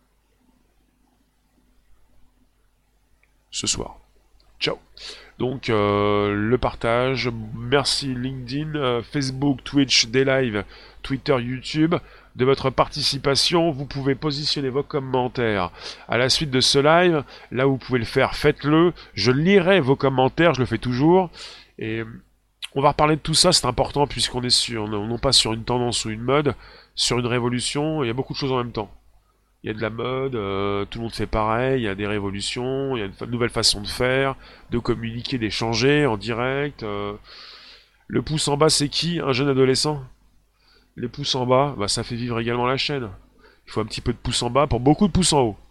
Ce soir. Ciao. Donc euh, le partage, merci LinkedIn, euh, Facebook, Twitch, des lives, Twitter, YouTube, de votre participation. Vous pouvez positionner vos commentaires à la suite de ce live. Là où vous pouvez le faire, faites-le. Je lirai vos commentaires, je le fais toujours. Et on va reparler de tout ça, c'est important puisqu'on est sur, non pas sur une tendance ou une mode, sur une révolution. Il y a beaucoup de choses en même temps. Il y a de la mode, euh, tout le monde fait pareil, il y a des révolutions, il y a une fa- nouvelle façon de faire, de communiquer, d'échanger en direct. euh. Le pouce en bas, c'est qui? Un jeune adolescent? Les pouces en bas, bah, ça fait vivre également la chaîne. Il faut un petit peu de pouce en bas pour beaucoup de pouces en haut.